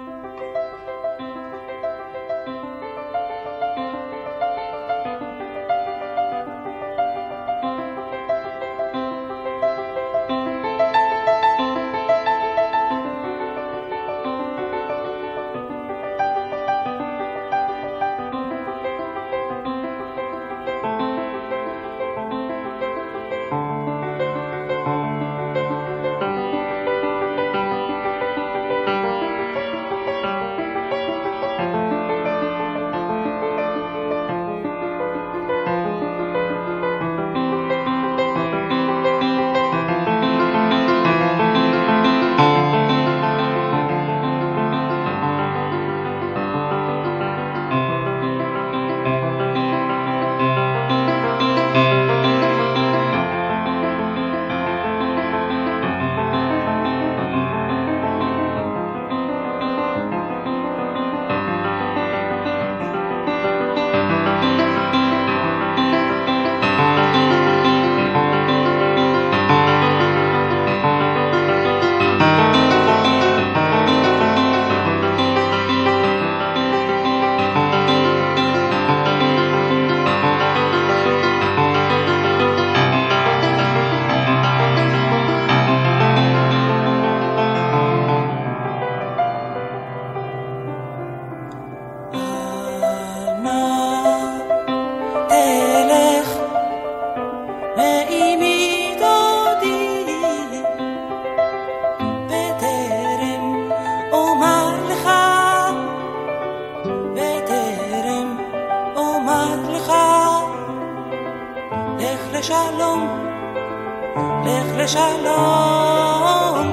לך לשלום.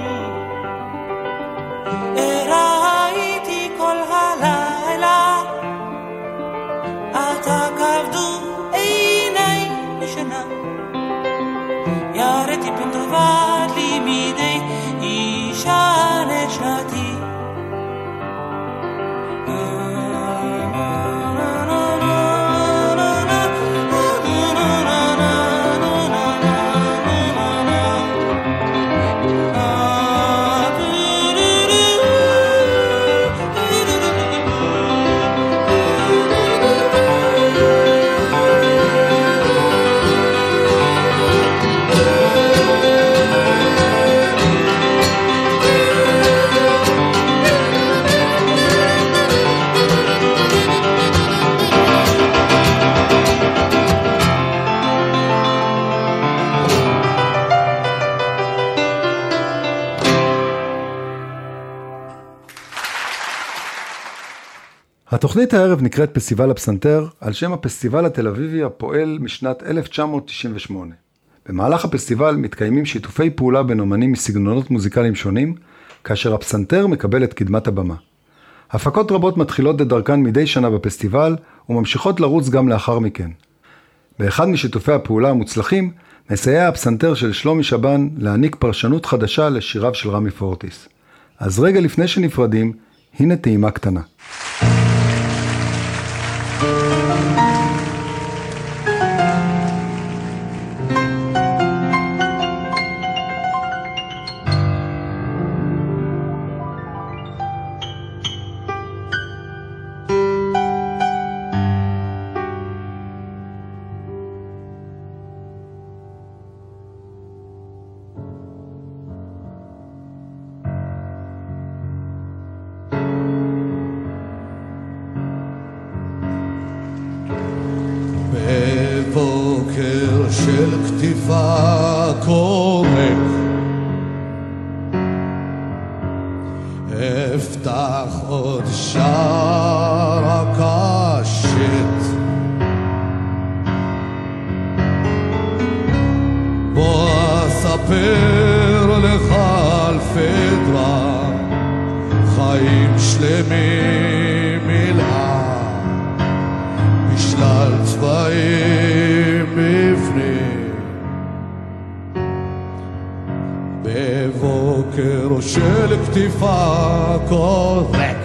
ראיתי כל הלילה, אתה כבדו עיני משנה, ירדתי פן טובת לי מדי אישה נשנתי. התוכנית הערב נקראת פסטיבל הפסנתר, על שם הפסטיבל התל אביבי הפועל משנת 1998. במהלך הפסטיבל מתקיימים שיתופי פעולה בין אומנים מסגנונות מוזיקליים שונים, כאשר הפסנתר מקבל את קדמת הבמה. הפקות רבות מתחילות את דרכן מדי שנה בפסטיבל, וממשיכות לרוץ גם לאחר מכן. באחד משיתופי הפעולה המוצלחים, מסייע הפסנתר של שלומי שבן להעניק פרשנות חדשה לשיריו של רמי פורטיס. אז רגע לפני שנפרדים, הנה טעימה קטנה. של כתיבה קורק, אפתח עוד שער הקשת, בוא אספר לך על פדרה, חיים שלמים מילאה, בשלל צבעים בפנים, בבוקר של כתיבה קורק.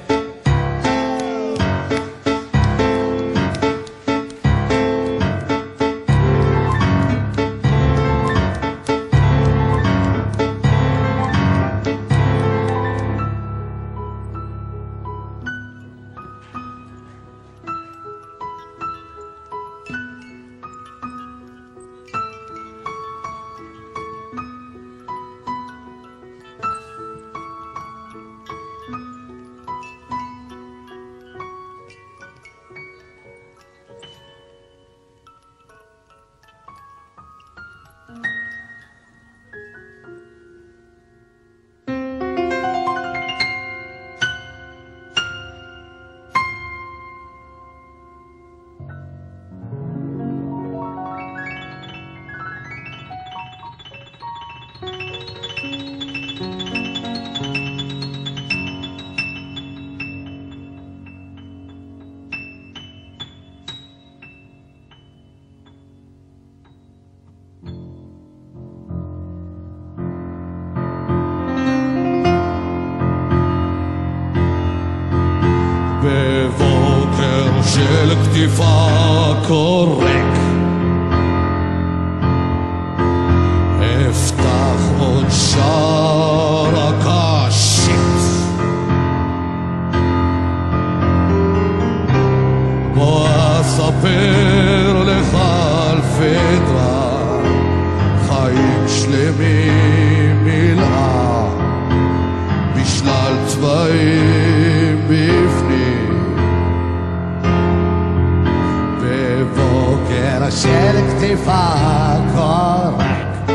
בבוקר של כתיבה קורק, אפתח עוד שער הקשת, בוא אספר לך על פדרה, חיים שלמים מילאה, בשלל צבעים בפנים, בבוקר של כתיבה קורק.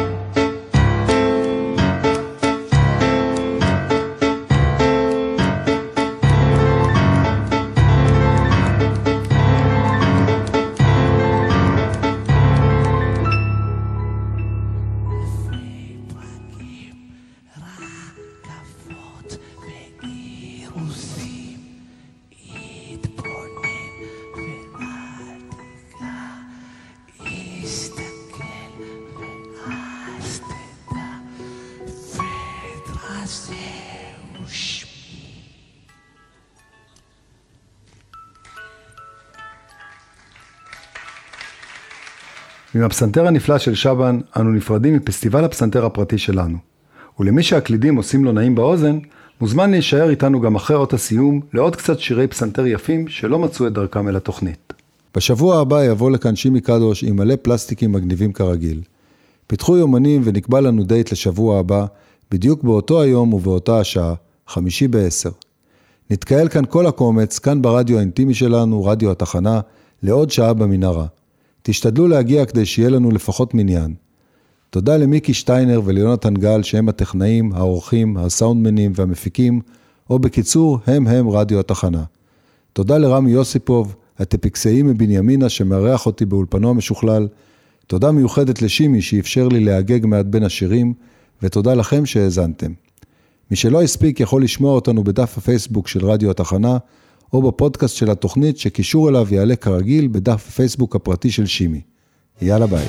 עם הפסנתר הנפלא של שבן, אנו נפרדים מפסטיבל הפסנתר הפרטי שלנו. ולמי שהקלידים עושים לו נעים באוזן, מוזמן להישאר איתנו גם אחרי אות הסיום, לעוד קצת שירי פסנתר יפים שלא מצאו את דרכם אל התוכנית. בשבוע הבא יבוא לכאן שימי קדוש עם מלא פלסטיקים מגניבים כרגיל. פיתחו יומנים ונקבע לנו דייט לשבוע הבא, בדיוק באותו היום ובאותה השעה, 5:50. נתקהל כאן כל הקומץ, כאן ברדיו האינטימי שלנו, רדיו התחנה, לעוד שעה במנהרה. תשתדלו להגיע כדי שיהיה לנו לפחות מניין. תודה למיקי שטיינר וליונתן גל שהם הטכנאים, האורחים, הסאונדמנים והמפיקים, או בקיצור, הם רדיו התחנה. תודה לרמי יוסיפוב, הטפיקסאי מבנימינה שמארח אותי באולפנו המשוכלל. תודה מיוחדת לשימי שאפשר לי להגג מעט בין השירים, ותודה לכם שהאזנתם. מי שלא הספיק יכול לשמוע אותנו בדף הפייסבוק של רדיו התחנה, או בפודקאסט של התוכנית שקישור אליו יעלה כרגיל בדף הפייסבוק הפרטי של שימי. יאללה ביי.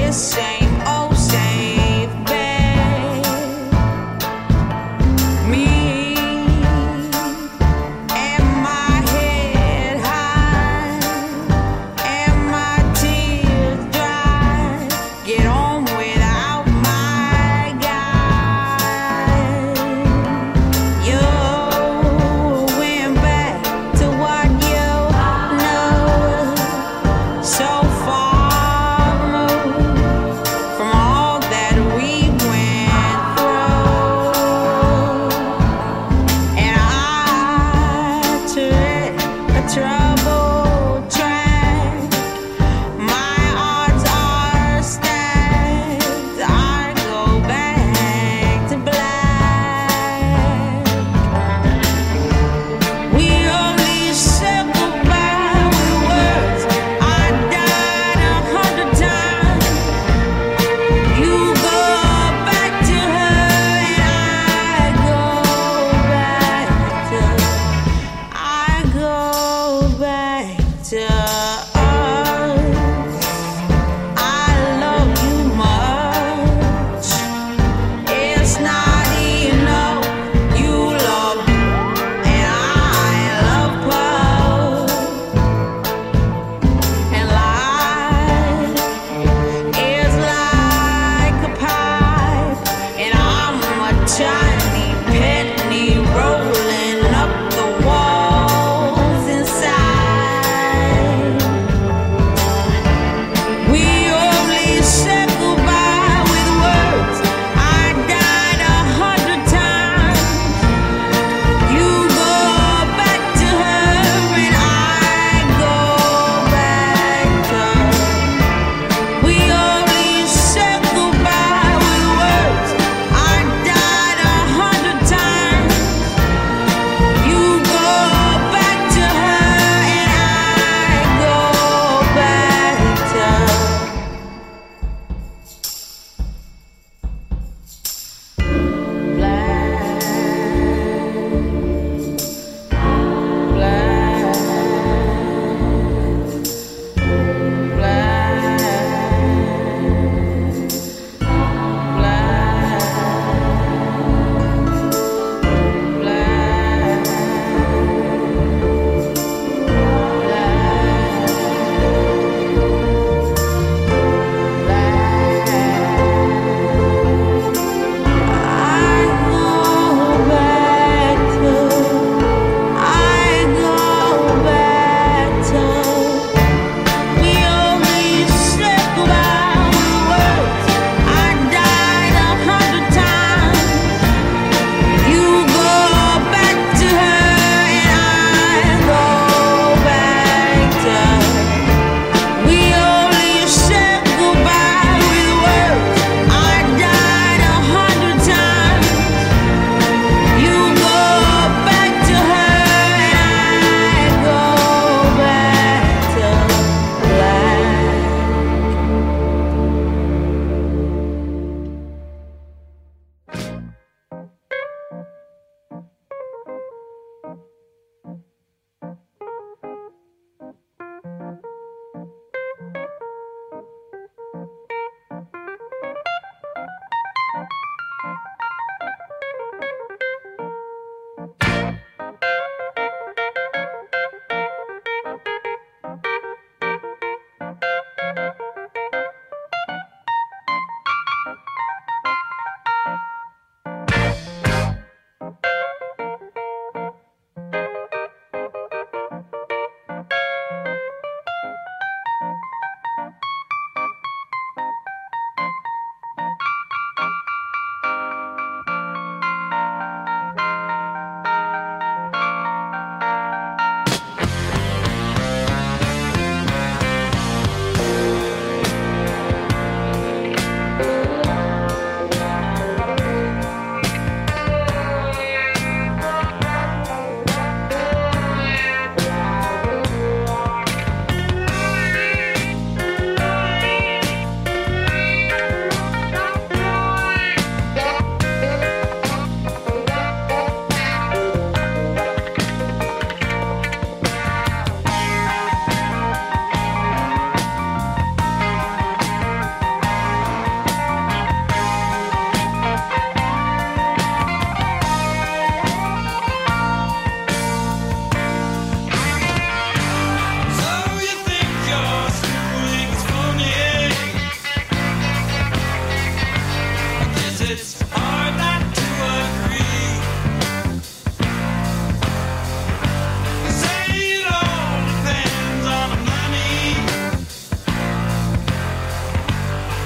this same old safe bed. Me and my head high and my tears dry. Get on without my guy. You went back to what you know so far removed.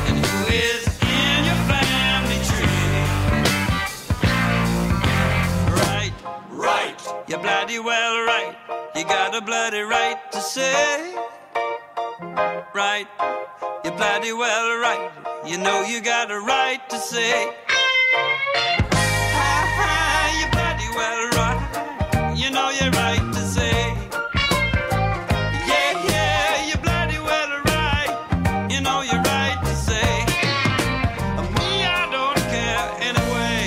And who is in your family tree? Right, right, you're bloody well right. You got a bloody right to say. Right, you're bloody well right. You know you got a right to say. You're bloody well right. You know you're right to say. Yeah, yeah, you're bloody well right. You know you're right to say. Me, I don't care anyway.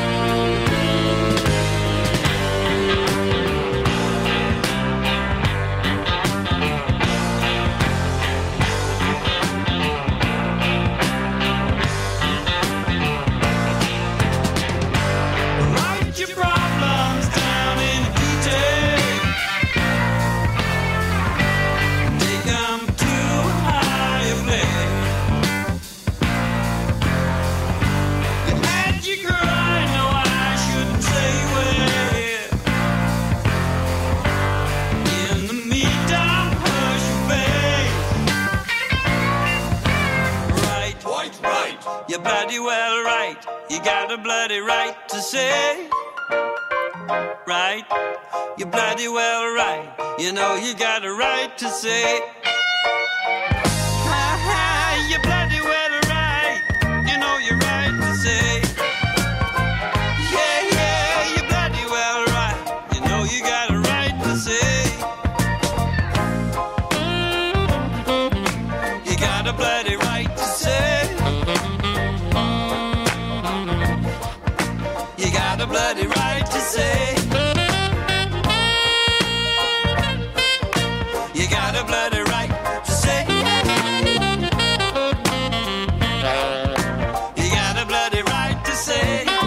Write your problems down in detail. Take 'em to a higher place. You had your cry, no, I shouldn't say where. In the meantime, hush your face. Right, right, right. You're bloody well right. You got a bloody right to say. Right, you're bloody well right. You know you got a right to say. You're bloody well right. You know you're right to say. Yeah, yeah, you're bloody well right. You know you got a right to say. You got a bloody right to say. You got a bloody right to say. You got a bloody right to say. You got a bloody right to say.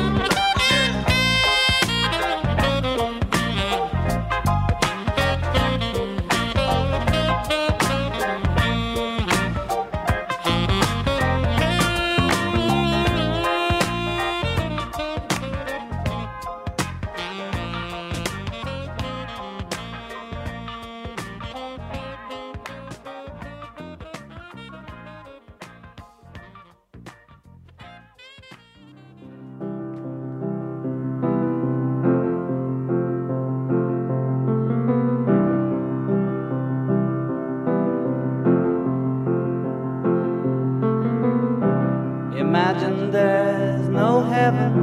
Imagine there's no heaven.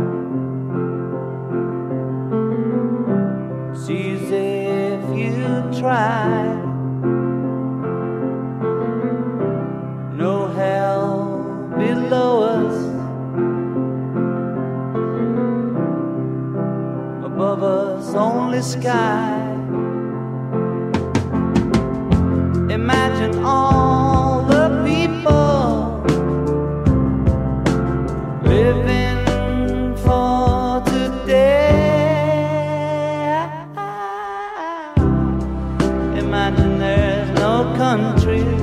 See as if you try. No hell below us. Above us only sky. Imagine all the people living for today. Imagine there's no countries.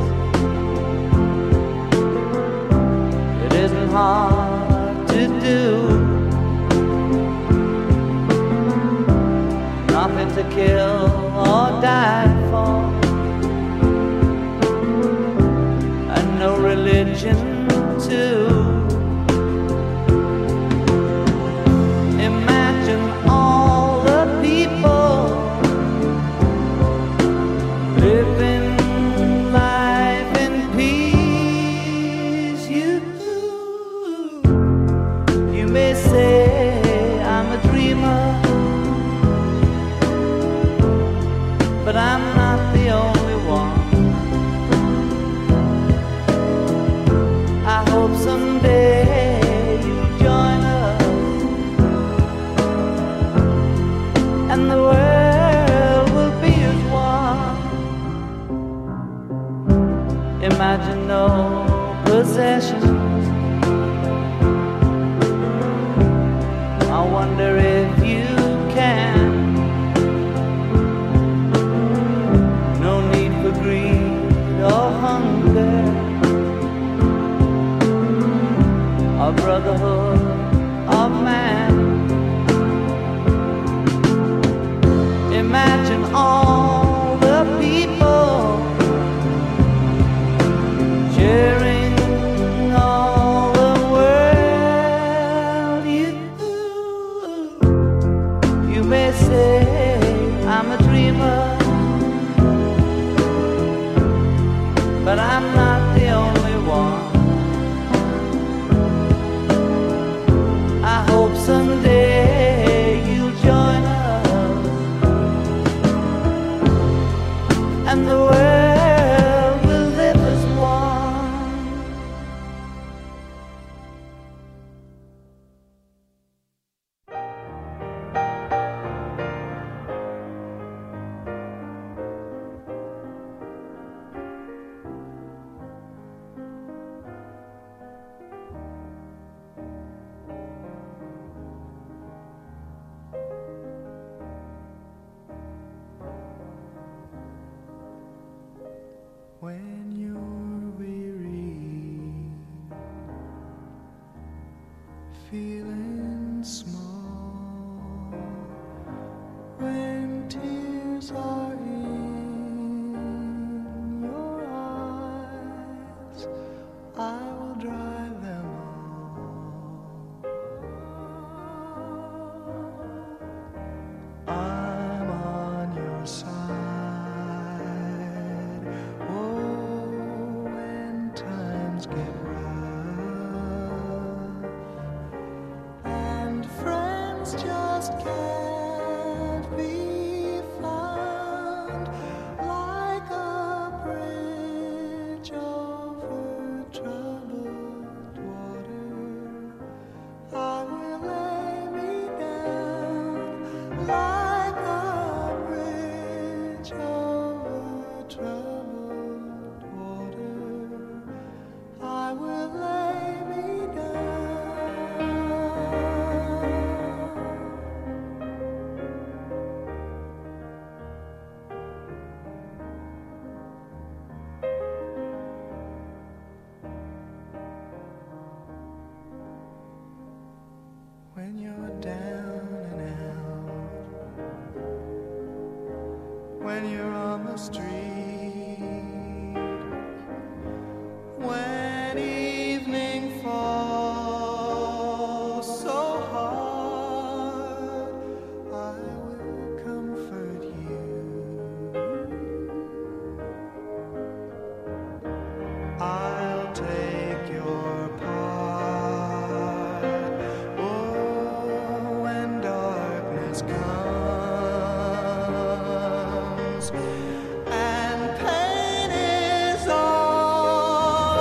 It isn't hard to do. Nothing to kill or die for. And no religion too. Imagine all the people living life in peace. You may say I'm a dreamer, but I'm not the only one. I hope someday you'll join us and the world will be as one. Imagine no possessions. I wonder if you can. No need for greed or hunger. A brotherhood of man. Imagine all the people sharing all feeling small when tears are in your eyes. I will dry them all. I'm on your side. Oh, when times get rough and friends just can't be found, like a bridge over troubled water, I will lay me down. Like a bridge over troubled water, I will lay me down. When you're down and out, when you're on the street, when evening falls so hard, I will comfort you. I'll take your part. Oh, when darkness comes and pain is all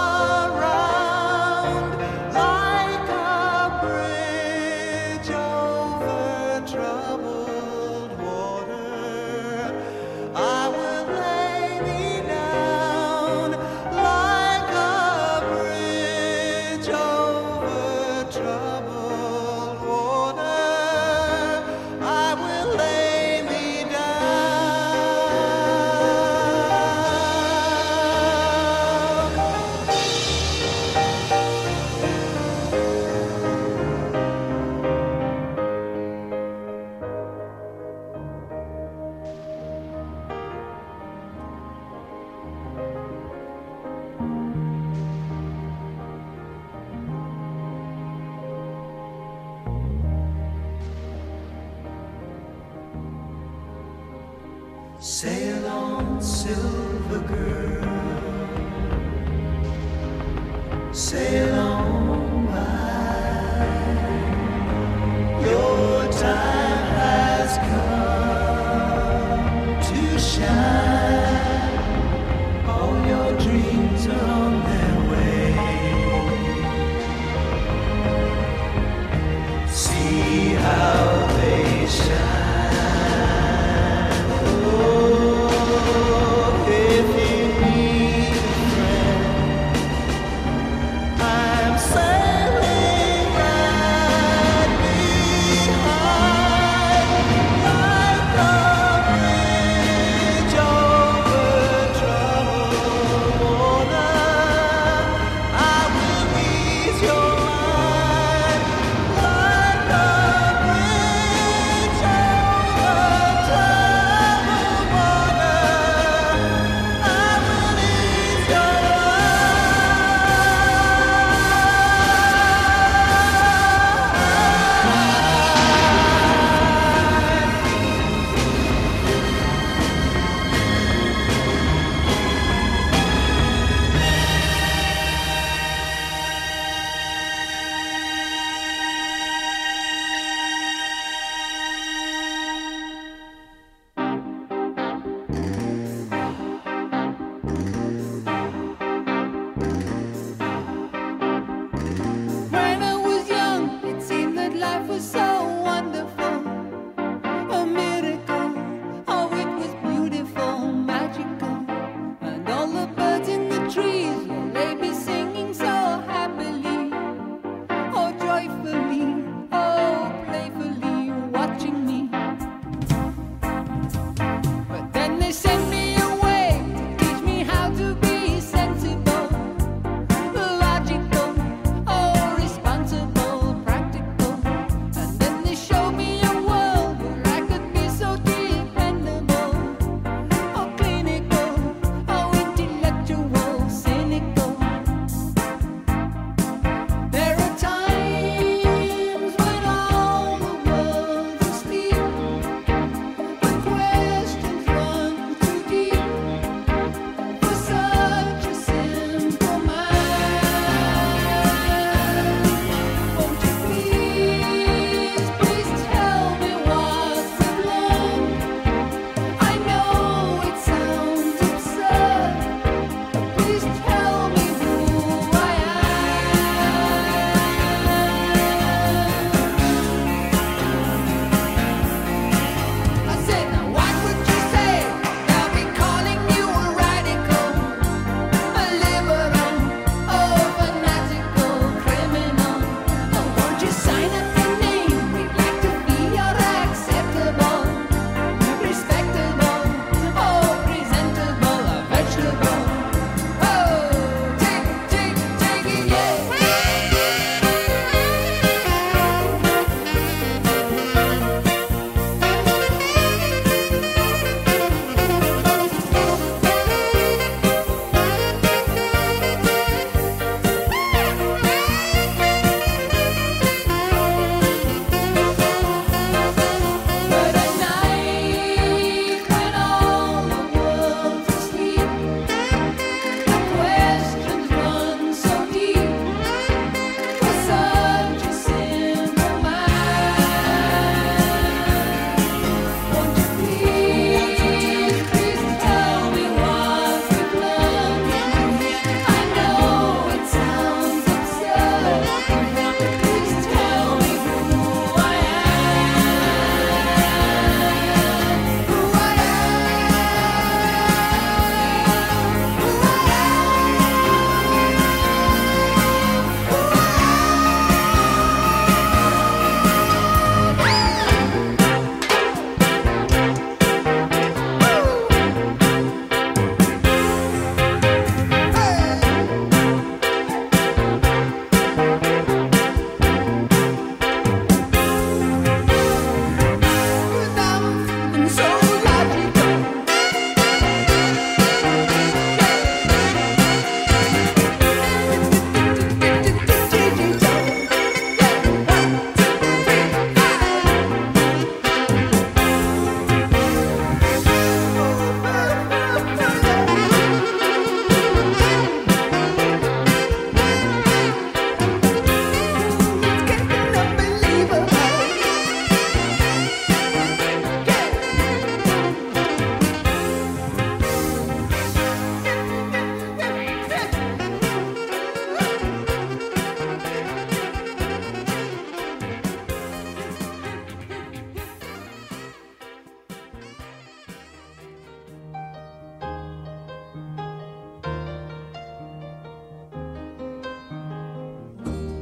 around, like a bridge over troubled water, I will lay me down. Like a bridge over troubled water, I will lay me Sail on, silver girl, sail on by. Your time has come to shine. All your dreams are on their way. See how they shine. If you need a friend,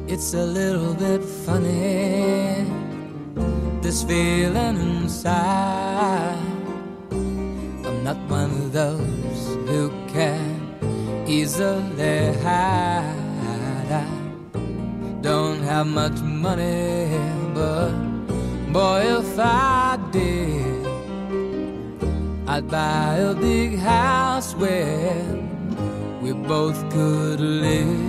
It's a little bit funny, this feeling inside. I'm not one of those who can easily hide. I don't have much money, but boy, if I did, I'd buy a big house where we both could live.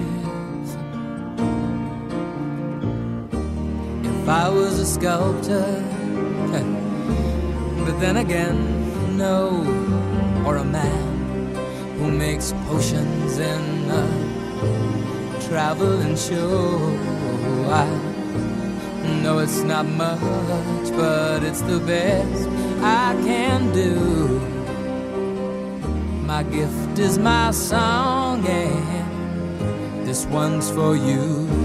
If I was a sculptor, but then again, no, or a man who makes potions in a traveling show. I know it's not much, but it's the best I can do. My gift is my song, and this one's for you.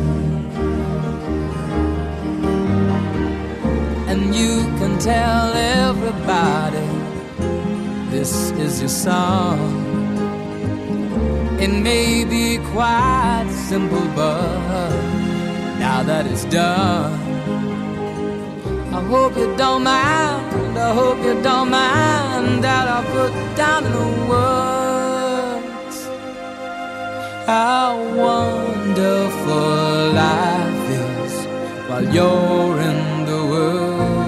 And you can tell everybody this is your song. It may be quite simple, but now that it's done, I hope you don't mind, I hope you don't mind that I put down in the words how wonderful life is while you're in the world.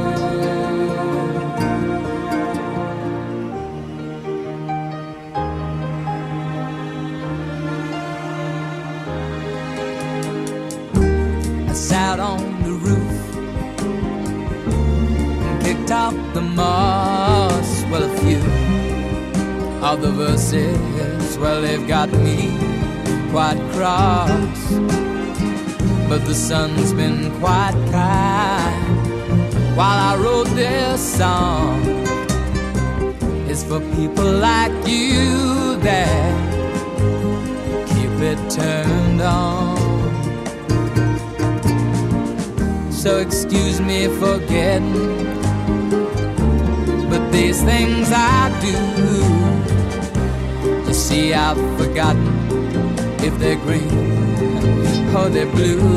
I sat on the roof and kicked out the moss. Well, a few of the verses, well, they've got me quite cross, but the sun's been quite kind while I wrote this song. It's for people like you that keep it turned on. So excuse me for getting, but these things I do, you see, I've forgotten if they're green or they're blue.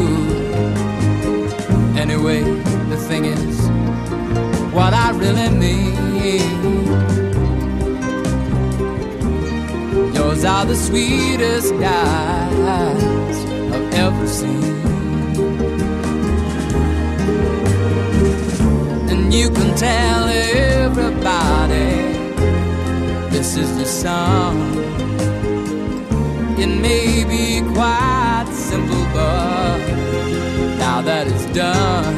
Anyway, the thing is, what I really mean, yours are the sweetest eyes I've ever seen. And you can tell everybody this is the song. It may be quite simple, but now that it's done,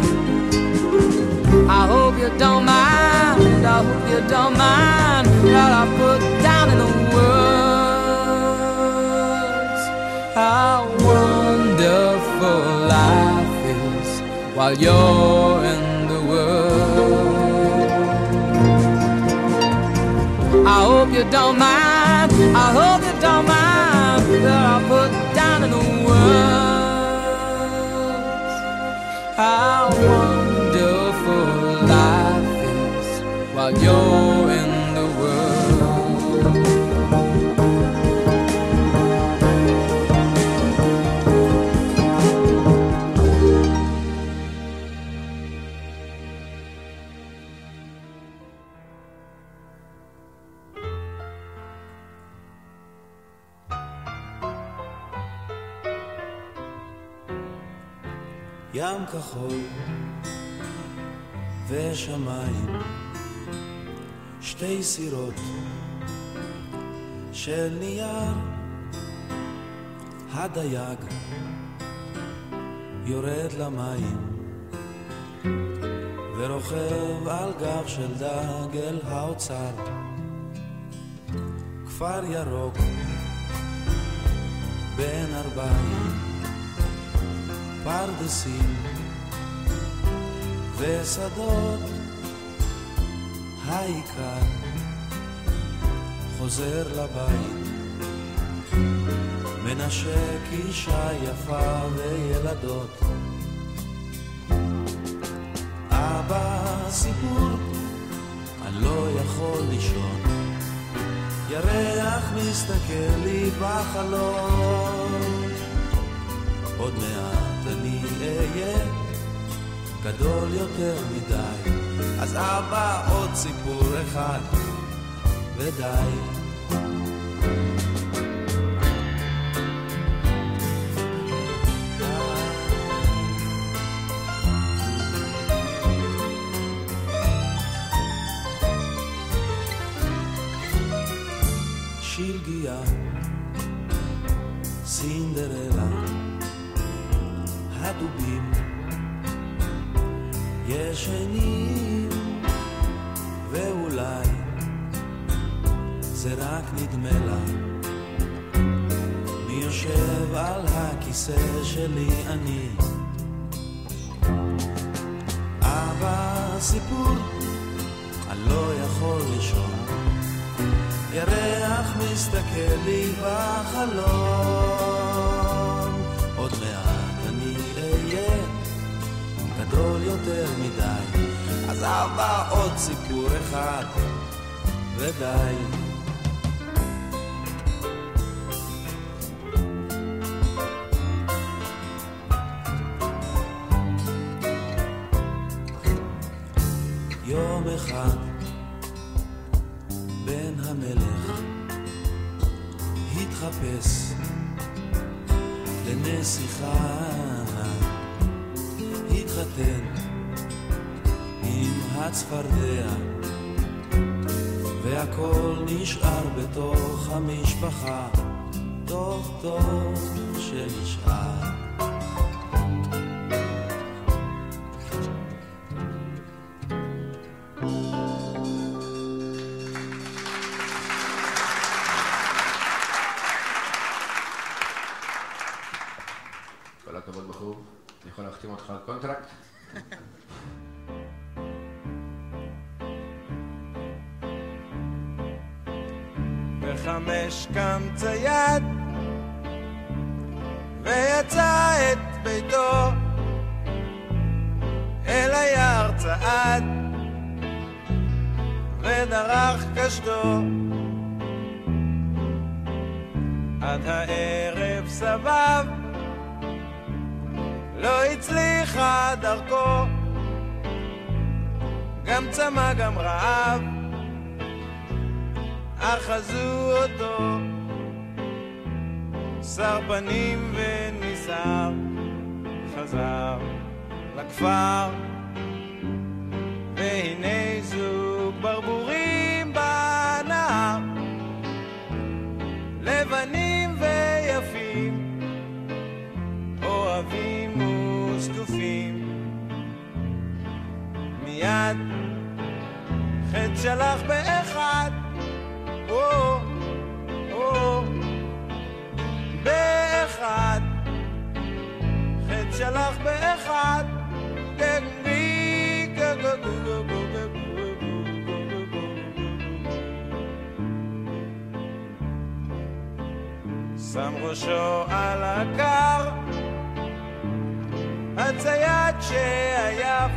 I hope you don't mind, I hope you don't mind that I put down in the words how wonderful life is while you're in the world. I hope you don't mind, I hope you don't mind that I put down in the words how wonderful life is while you're in the world. ים כחול ושמיים, שתי סירות של נייר, הדייג יורד למים ורוכב על גב של דג אל האוצר. כפר ירוק בין ארבעים, פרדסים ושדות, העיקר חוזר לבית, מנשק אישה יפה וילדות. אבא סיפור, אני לא יכול לישון, ירח מסתכל לי בחלום, עוד מעט אני אני אהיה גדול יותר מדי. אז אבא עוד סיפור אחד ודי. שלגיה, סינדרלה, הדובים ישנים, ואולי זה רק נדמה לה. מי יושב על הכיסא שלי? אני. אבא סיפור, אני לא יכול לישון, ירח מסתכל לי בחלום. עוד מעט אני אהיה גדול יותר מדי. אז אבא עוד סיפור אחד ודי. יום אחד בן המלך התחפש לנסיכה, התחתן עם הצפרדע, והכל נשאר בתוך המשפחה. טוב טוב שנשאר. כל הכבוד בחור, אני יכול להחתים אותך על קונטרקט? בחמש קם צייד ויצא את ביתו, אל היער צעד ודרך קשתו, עד הערב סבב לא הצליחה דרכו, גם צמא גם רעב אחזו אותו, שר פנים וניסר, חזר לכפר, והנה זוג ברבורים בנהר, לבנים ויפים, אוהבים וסקופים. מיד חד שלח באחד, באחד, חד שלח באחד, שם ראשו על הקר, הצייד שעייף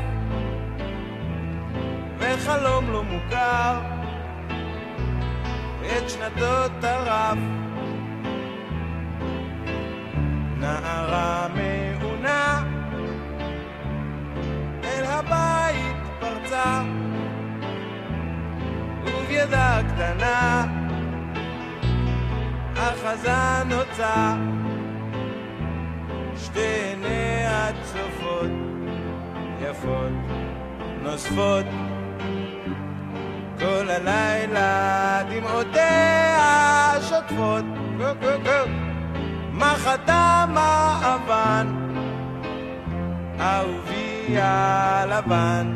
וחלום לא מוכר, את שנתו טרף. נערה מעונה אל הבית פרצה, ובידה קטנה אחזה נוצה, שתי עיניה צופות יפות נוספות, כל הלילה דמעותיה שוטפות. מה חתם האבן, אהובי הלבן,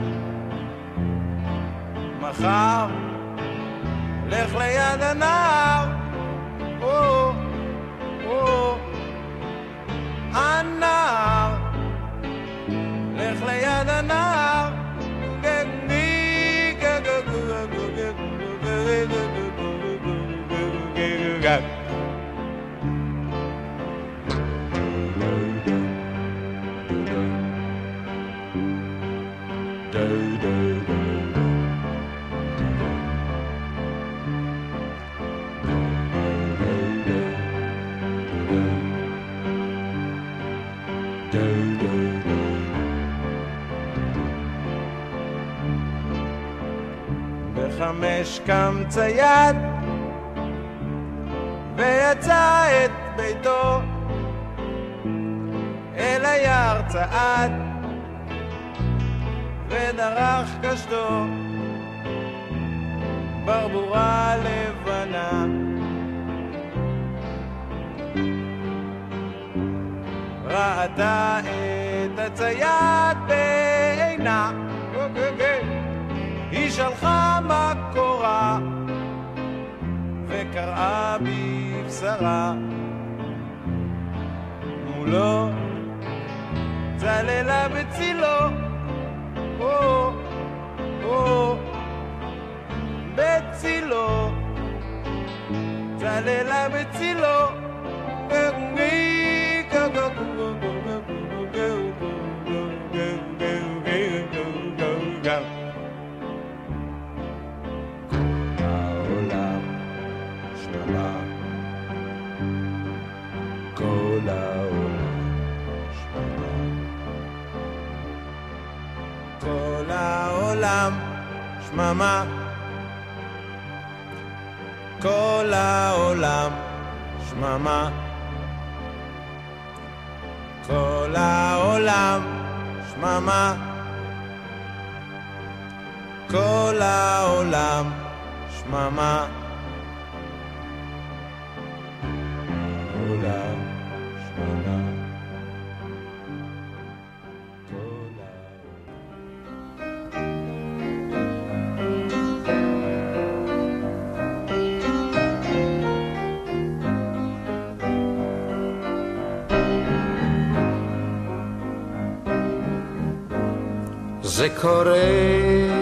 מחר לך ליד הנהר, הנהר, לך ליד הנהר, בחמש קם צייד ויצא את ביתו אל היער צעד ודרך קשתו ברבורה לבנה ראתה את הצייד בעינה היא שלחה מקורה וקראה בבשרה מולו צללה בצילו בצילו צללה בצילו העולם שממה כל העולם שממה כל העולם שממה כל העולם שממה כל העולם שממה כל העולם שממה העולם שממה זה קורה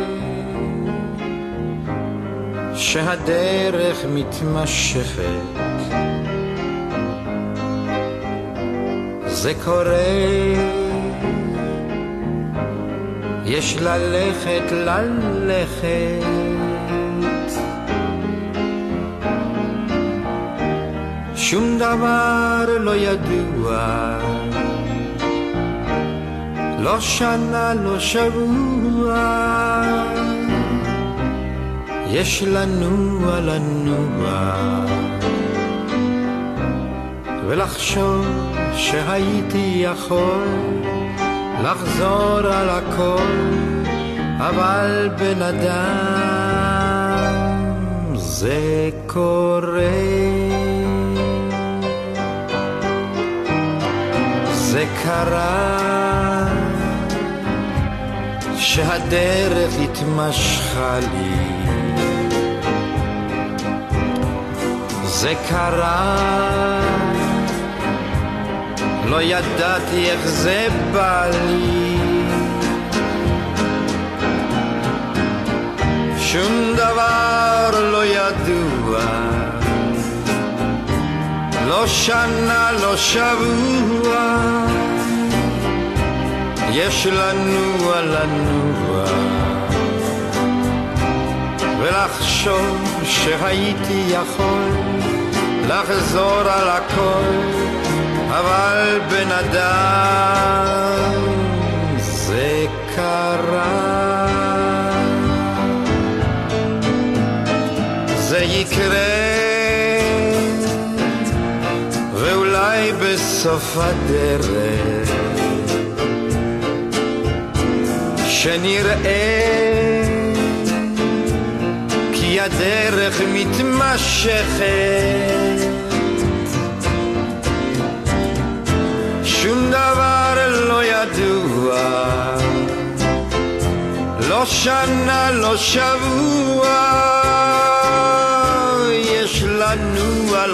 שהדרך מתמשכת זה קורה יש ללכת שום דבר לא ידוע לא שנה, לא שבוע יש לנוע ולחשוב שהייתי יכול לחזור על הכל אבל בן אדם זה קורה זה קרה שהדרך התמשכה לי זה קרה לא ידעתי איך זה בא לי שום דבר לא ידוע לא שנה לא שבוע יש לנוע ולחשוב שהייתי יכול לחזור על הכל אבל בן אדם זה קרה זה יקרה ואולי בסוף הדרך שנראה כי הדרך מתמשכת שום דבר לא ידוע לא שנה לא שבוע יש לנוע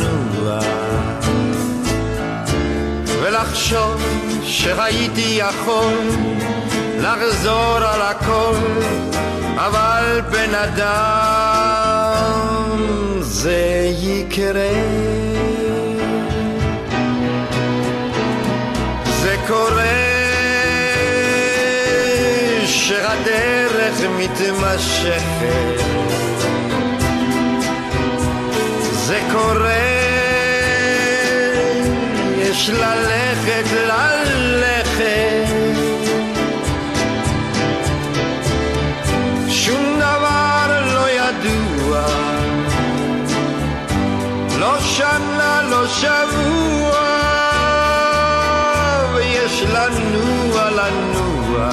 ולחשוב שהייתי יכול לחזור על הכל אבל בן אדם זה יקרה זה קורה שהדרך מתמשכת זה קורה יש ללכת לנוע לנוע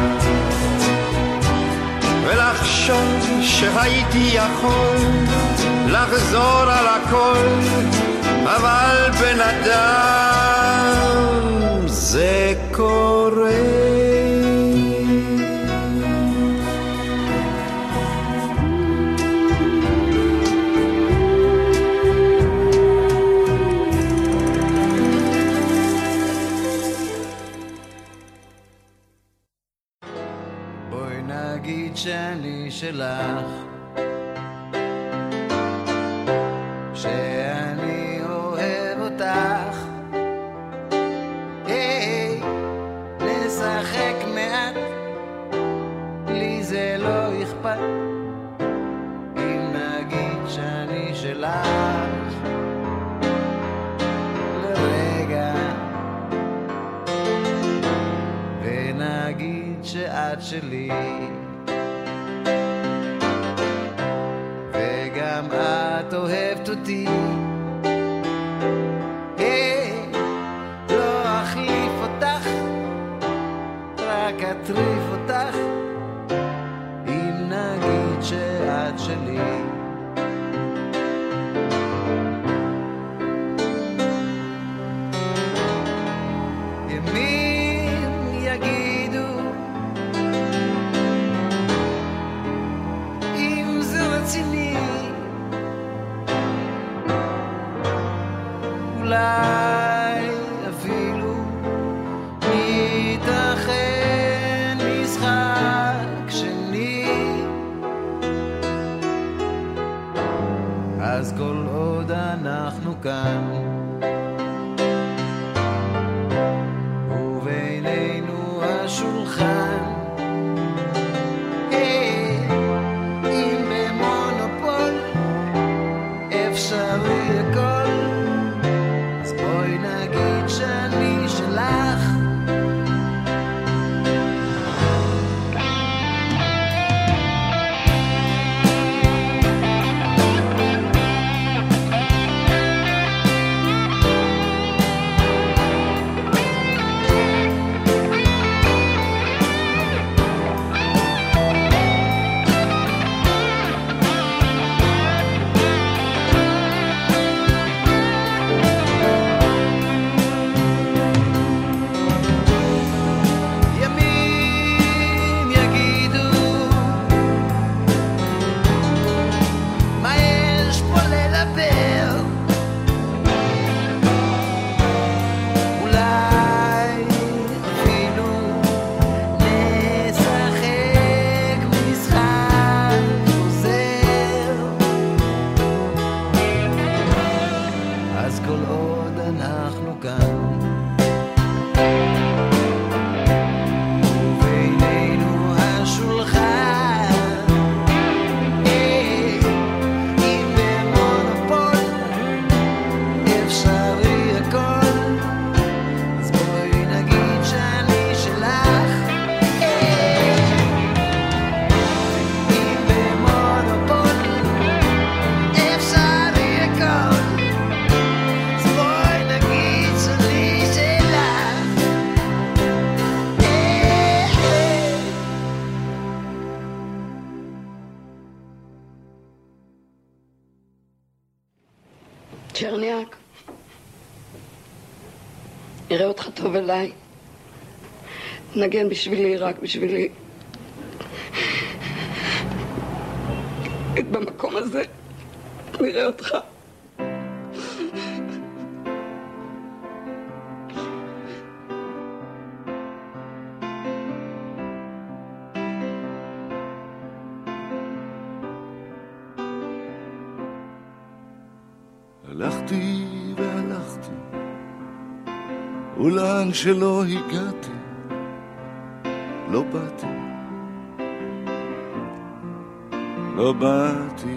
ולחשוב שהייתי יכול לחזור על הכל, אבל בן אדם זה קורה. בואי נגיד שאני שלך, שאני אוהב אותך, היי, נשחק מעט, לי זה לא אכפת, אם נגיד שאני שלך לרגע, ונגיד שאת שלי, וגם את אוהבת אותי, לא אחליף אותך, רק אטריף אותך, אם נגיד שאת שלי. ימים יגידו אם זה רציני, אולי אפילו ניתכן משחק שני, אז כל עוד אנחנו כאן ובינינו השולחן, אם במונופול אפשרי הכל, אז בואי נגיד שאני שלך. צ'רניאק, נראה אותך טוב אליי, נגן בשבילי, רק בשבילי. במקום הזה נראה אותך. הלכתי והלכתי, ולאן שלא הגעתי, לא באתי, לא באתי,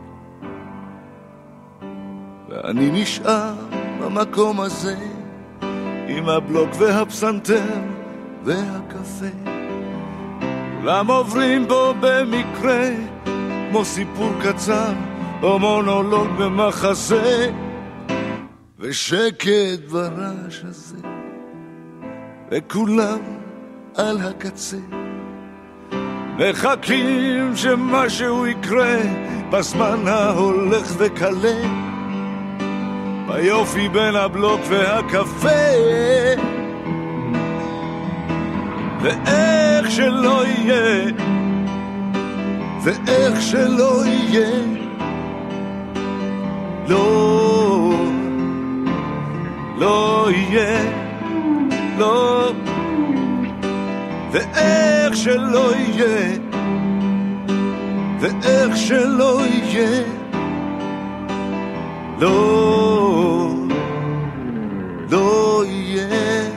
ואני נשאר במקום הזה, עם הבלוק והפסנתר והקפה, כולם עוברים בו במקרה, כמו סיפור קצר, או מונולוג במחזה, ושקט ברעש הזה, וכולם על הקצה מחכים שמשהו יקרה בזמן ההולך וקלה, ביופי בין הבלוק והקפה. ואיך שלא יהיה, ואיך שלא יהיה, לא יהיה, לא. ואיך שלא יהיה, ואיך שלא יהיה, לא יהיה.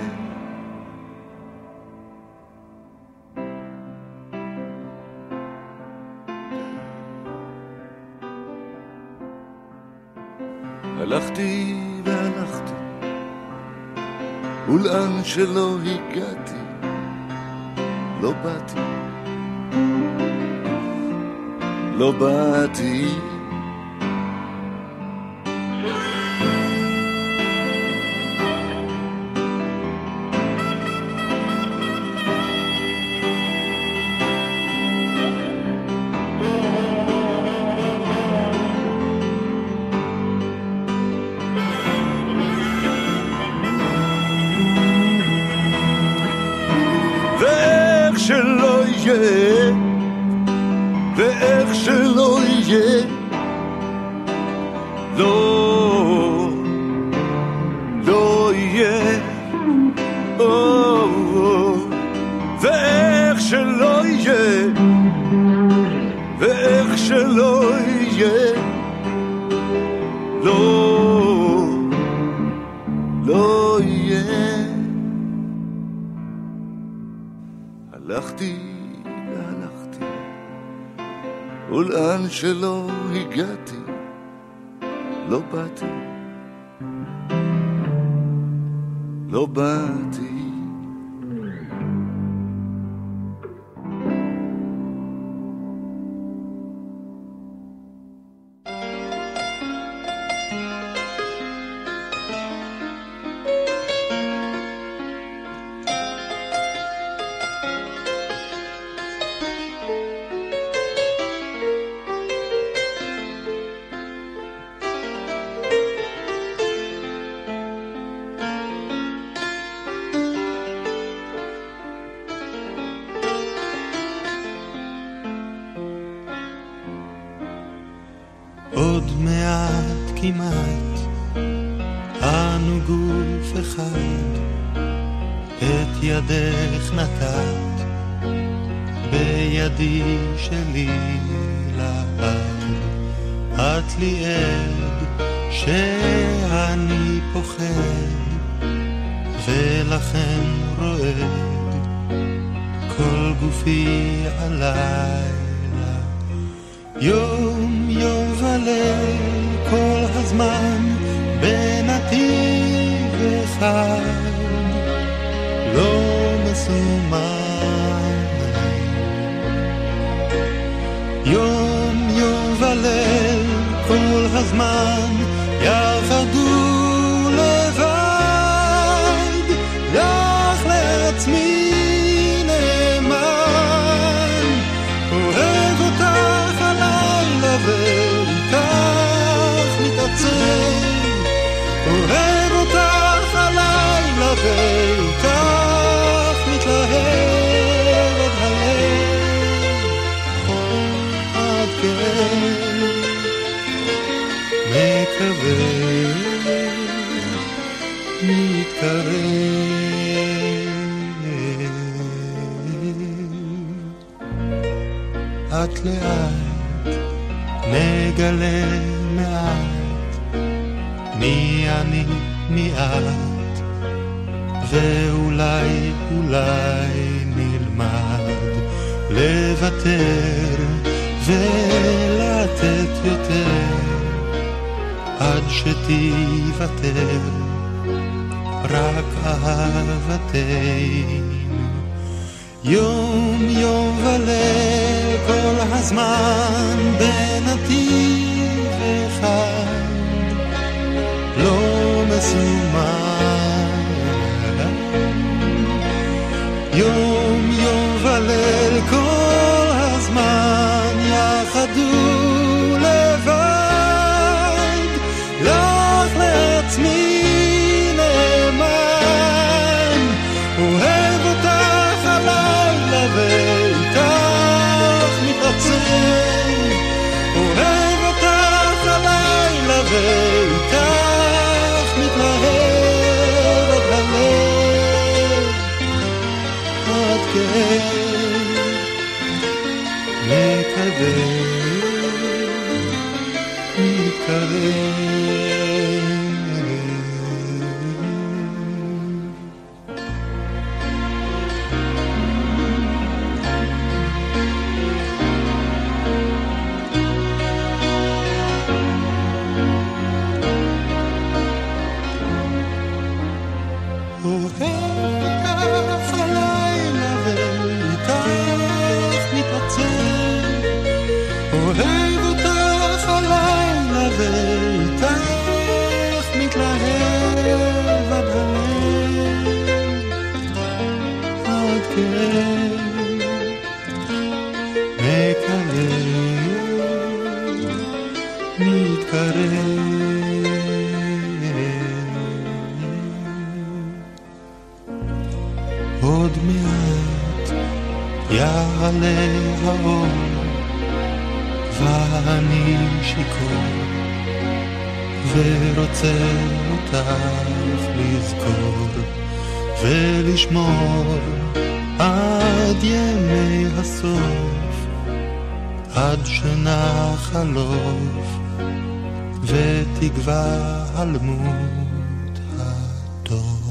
הלכתי והלכתי, ולאן שלא הגעתי, לא באתי, לא באתי. ואיך שלא יהיה, לא יהיה, ואיך שלא יהיה, ואיך שלא יהיה, לא יהיה. הלכתי והלכתי, ולאן שלא הגעתי, לא באתי, לא באתי. עוד מעט כמעט אנו גוף אחד, את ידך נתת בידי שלי לעד. את לי עד שאני פוחד ולכן רועד כל גופי עליי. יום יום וליל כל הזמן בנתיב אחד, לא מסומן. יום יום וליל כל הזמן יעבדו לבד, לך לעצמי נאמן, אוהב אותך הלילה ואיתך מתעצב, אוהב אותך הלילה ואיתך מתלהב עד הלב, עד כאב מקווה מתקרב. את לאט נגלה מעט מי אני מי את, ואולי אולי נלמד לוותר ולתת יותר עד שתיוותר רק אהבתנו. יום יום וליל כל הזמן בנתיב אחד, לא מסומן. יום יום וליל כל הזמן יחדו לבד, לך לעצמי נאמן, אוהב אותך הלילה ואיתך מתעצם, אוהב אותך הלילה ואיתך מתלהב עד הלב, עד מקווה עוד מעט יעלה האור ואני שיכור ורוצה אותך לזכור ולשמור עד ימי הסוף, עד שנחלוף ותגווע הלמות הטוב.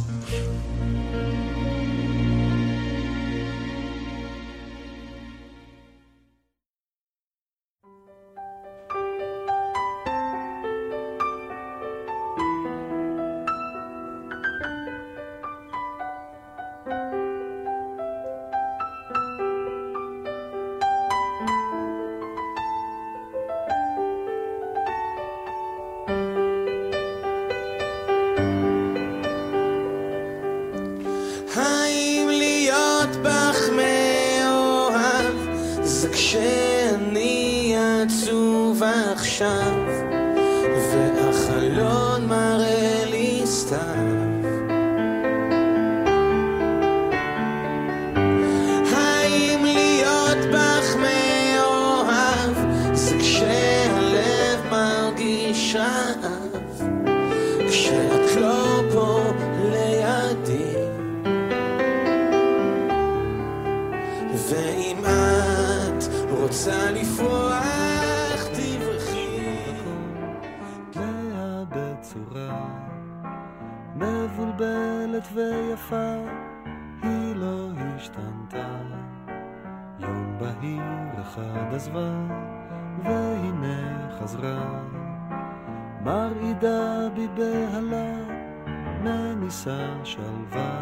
והחלון מראה לי סתיו, האם להיות בך מאוהב זה כשהלב מרגיש רעב, כשאת לא פה לידי, ואם את רוצה לפרוח מבולבלת ויפה, היא לא השתנתה, יום בהיר אחד עזבה והנה חזרה, מרעידה בי בהלה מניסה שלווה,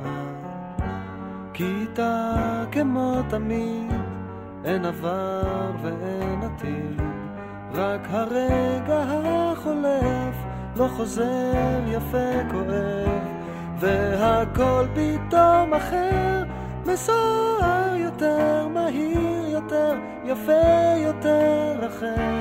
כיתה כמו תמיד, אין עבר ואין עתיד, רק הרגע החולף לא חוזר, יפה כואב, והכל פתאום אחר, מסוער יותר, מהיר יותר, יפה יותר אחר.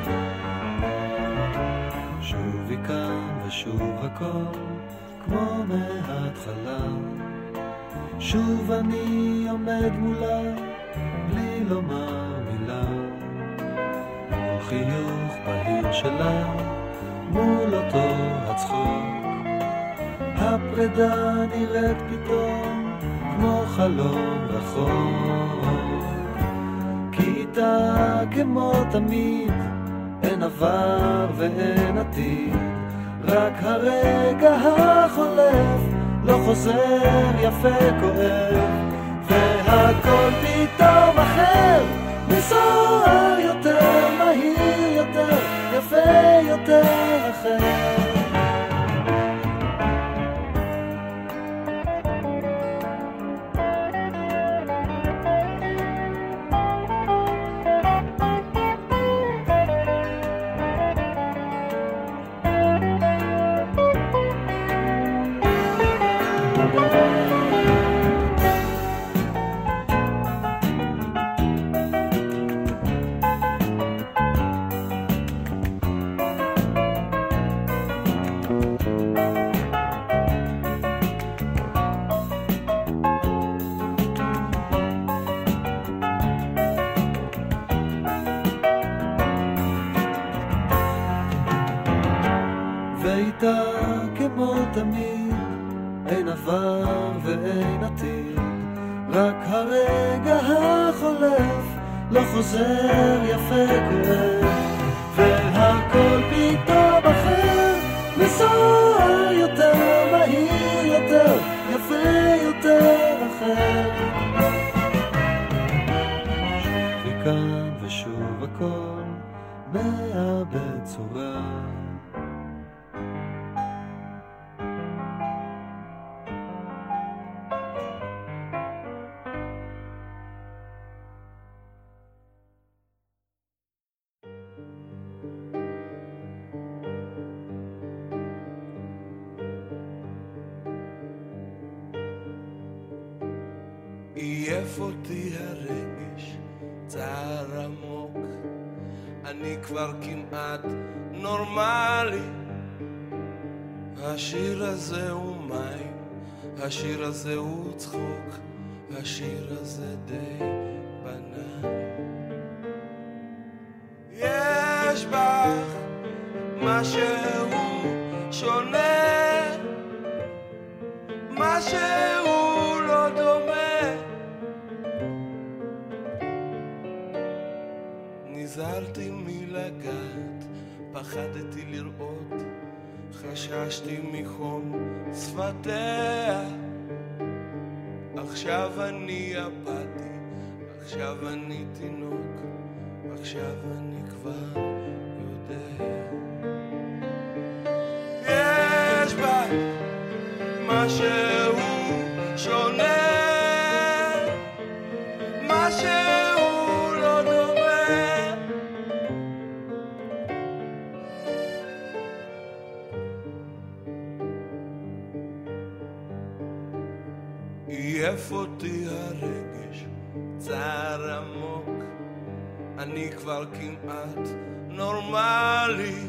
שוב היא כאן ושוב הכל כמו מההתחלה, שוב אני עומד מולה בלי לומר מילה, מול חיוך בהיר שלה, מול אותו הצחוק, הפרידה נראית פתאום כמו חלום רחוק, כיתה כמו תמיד, אין עבר ואין עתיד, רק הרגע החולף לא חוזר, יפה כואב, והכל פתאום אחר, מסוער יותר, מהיר יותר, יפה יותר אחר. רק הרגע החולף לא חוזר יפה כואב, והכל פתאום אחר, מסוער יותר, מהיר יותר, יפה יותר אחר. וכאן ושוב הכל מאבד צורה. עייף אותי הרגש, צער עמוק, אני כבר כמעט נורמלי. השיר הזה הוא מים, השיר הזה הוא צחוק, השיר הזה די בנאלי. יש בך משהו שונה, משהו לא דומה. נזהרתי מלגעת, פחדתי לראות, חששתי מחום שפתיה. עכשיו אני אפתי, עכשיו אני תינוק, עכשיו אני כבר יודע. יש בה משהו שונה, משהו לא דומה. עייף אותי הרגש, צער עמוק, אני כבר כמעט נורמלי.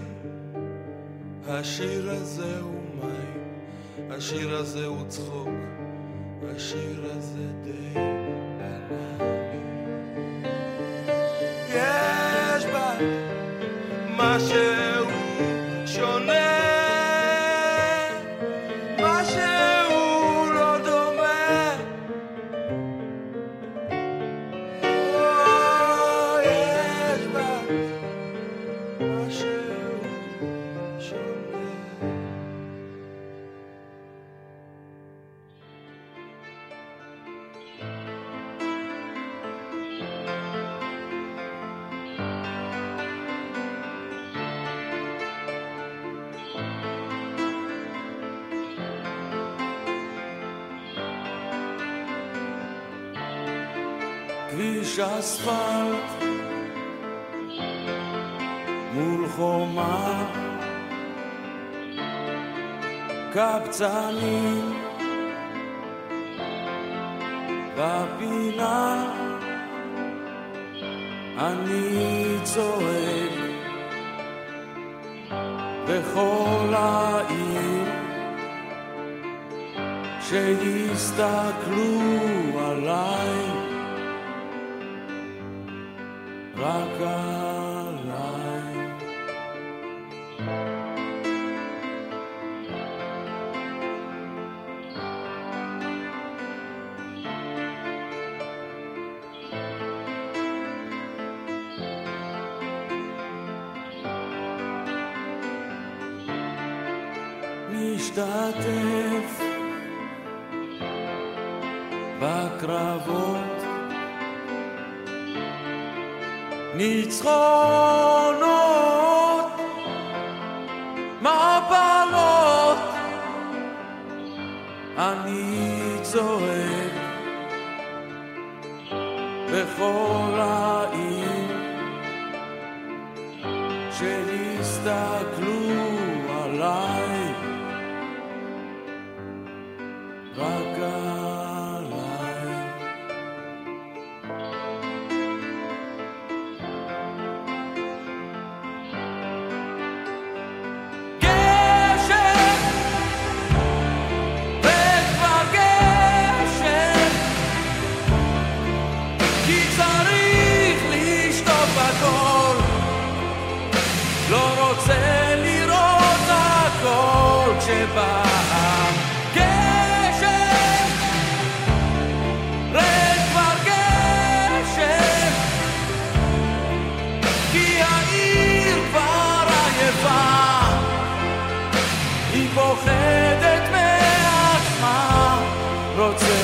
השיר הזה הוא מים, השיר הזה הוא צחוק, השיר הזה די בנאלי. יש בה משהו שונה, משהו לא דומה. יש בה משהו שונה. כביש אספלט מול חומה, קבצנים בפינה, אני צועק בכל העיר, שיסתכלו עליי, רק עליי. משתתף בקרבות, ניצחונות, מפלות, אני צועק בכל העיר, שיסתכלו עליי, רק עליי. גשם, וכבר גשם, כי צריך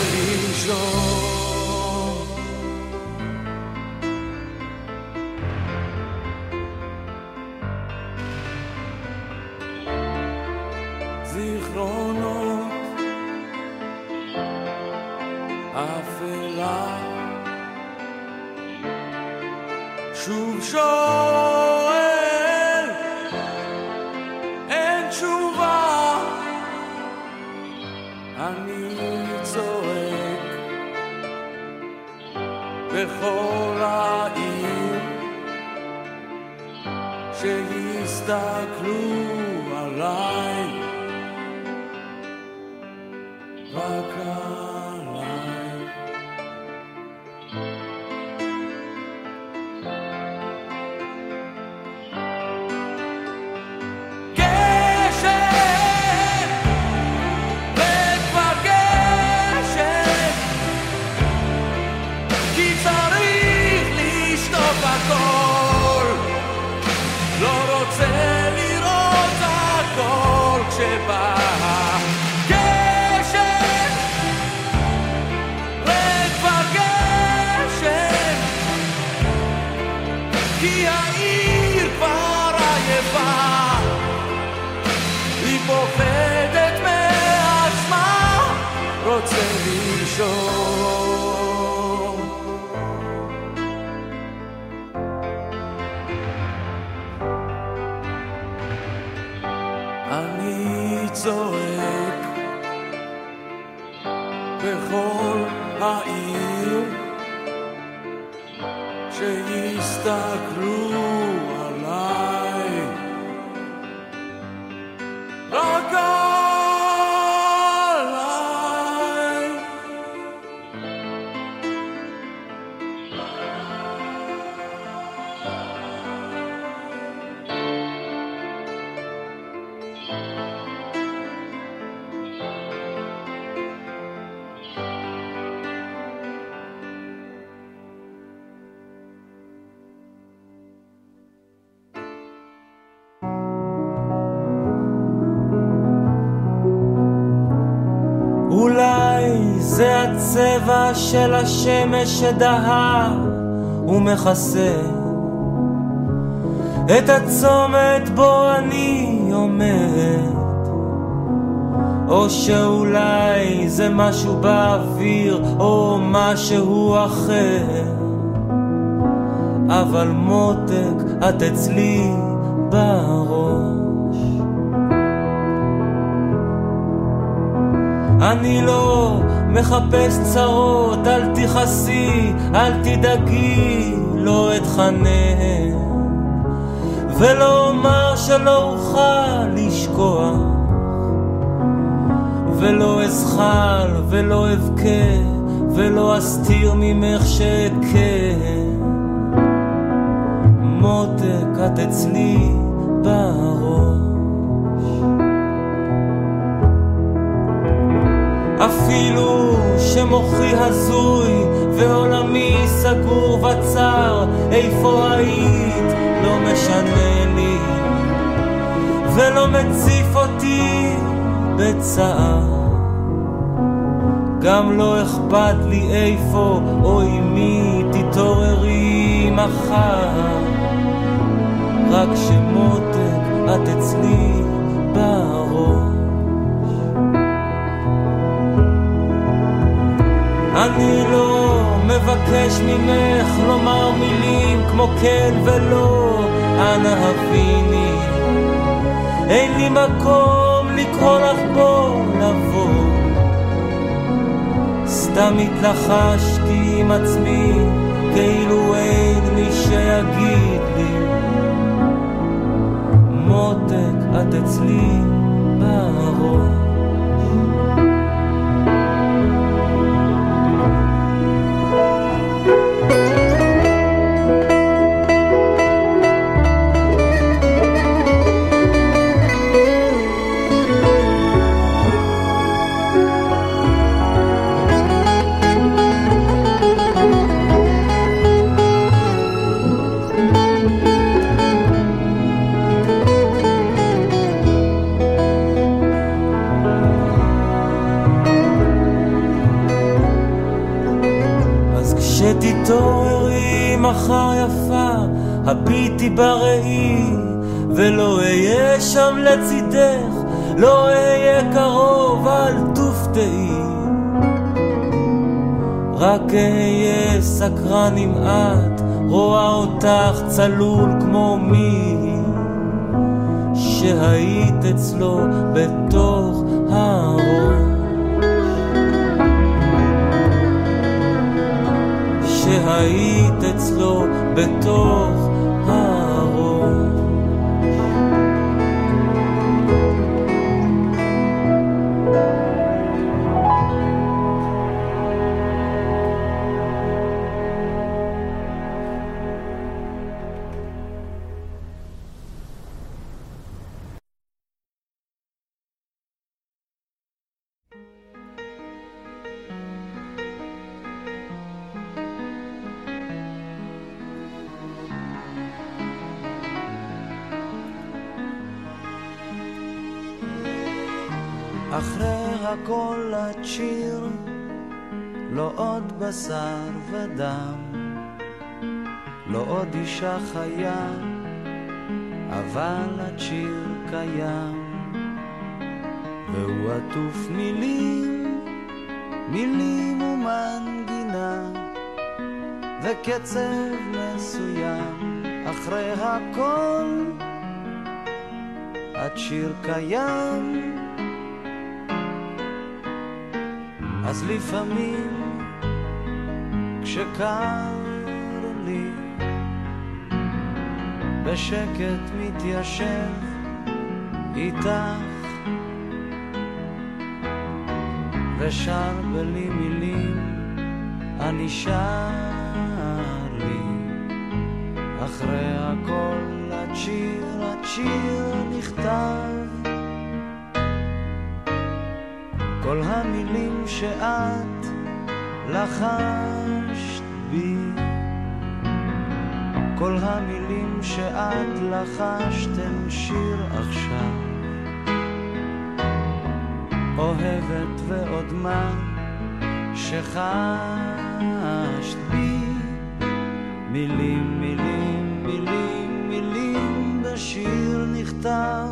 לישון. זיכרונות אפלה שוב שואל אין תשובה אני צועק בכל העיר שהסתכלו עליי רק עליי גשם וכבר גשם כי צריך לשתוק הכל לא רוצה לראות הכל כשבא כי העיר כבר עייפה היא פוחדת מעצמה רוצה לישון אני צועק בכל העיר שהסתכלו עליי רק עליי אולי זה הצבע של השמש שדהה ומכסה את הצומת בו אני עומד או שאולי זה משהו באוויר או משהו אחר אבל מותק את אצלי בראש אני לא מחפש צרות, אל תכעסי, אל תדאגי, לא אתחנן ולא אומר שלא אוכל לשכוח ולא אזחל ולא אבכה ולא אסתיר ממך שאתכה מותק את אצלי בראש אפילו שמוחי הזוי ועולמי סגור וצר איפה היית לא משנה לי ולא מציף אותי בצער גם לא אכפת לי איפה או עם מי תתעוררי מחר רק שמותק את אצלי בראש אני לא מבקש ממך לומר מילים כמו כן ולא אנא הביני אין לי מקום לקרוא לך בוא לבוא סתם התלחשתי עם עצמי כאילו אין מי שיגיד לי מותק את אצלי בראש שתתעוררי מחר יפה, הביטי בראי, ולא אהיה שם לצידך, לא אהיה קרוב, אל תופתעי. רק אהיה סקרן אם את רואה אותך צלול כמו מי שהיית אצלו בתוך הראש, שהיית אצלו בתוך הראש. אחרי הכל הצ'יר, לא עוד בשר ודם, לא עוד אישה חיה, אבל הצ'יר קיים, והוא עטוף מילים, מילים ומנגינה, וקצב מסוים. אחרי הכל הצ'יר קיים, אז לפעמים כשקר לי בשקט מתיישב איתך ושר בלי מילים, אני שר לי. אחרי הכל הצ'יר נכתב, כל המילים שאת לחשת בי, כל המילים שאת לחשת הן שיר עכשיו. אוהבת ועוד מה שחשת בי, מילים, מילים, מילים, מילים בשיר נכתב.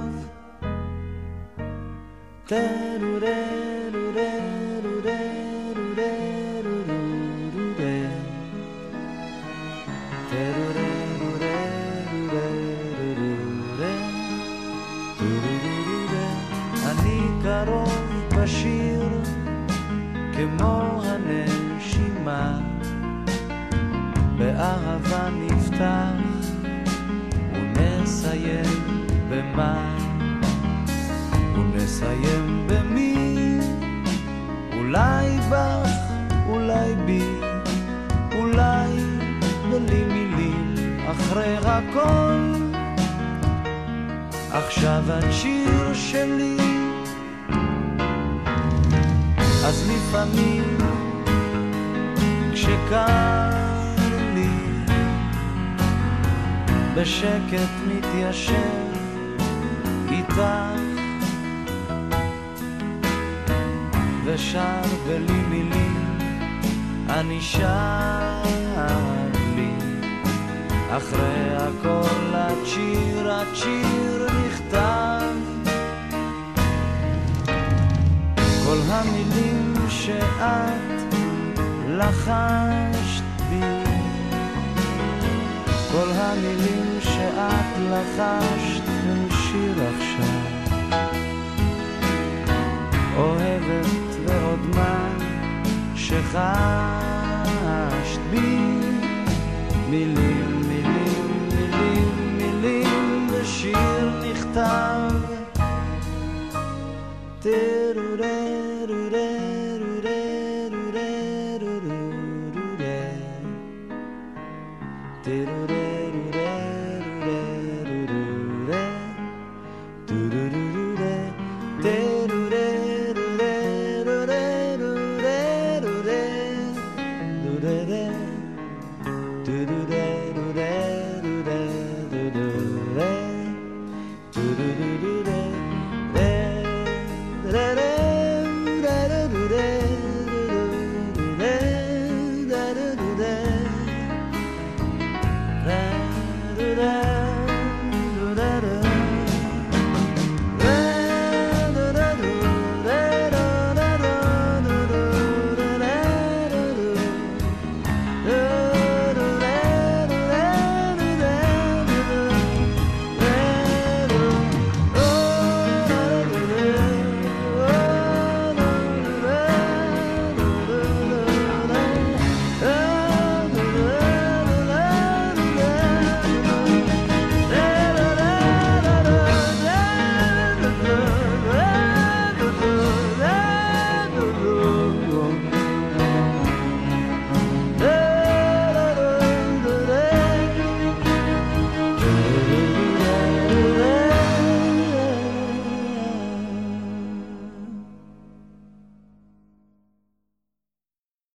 אני קרוב בשיר כמו הנשימה, באהבה נפתח ונסיים במה, ונסיים במי, אולי בך, אולי בי, אולי בלי מילים. אחרי הכל עכשיו השיר שלי, אז לפעמים כשקר לי בשקט מתיישב איתך ושר בלי מילים, אני שר לי. אחרי הכל הצ'יר נכתב, כל המילים שאת לחשת בי, כל המילים שאת לחשת הם שיר עכשיו. אוהבת ועוד מה שחשת בי, מילים, מילים, מילים, מילים בשיר נכתב. do do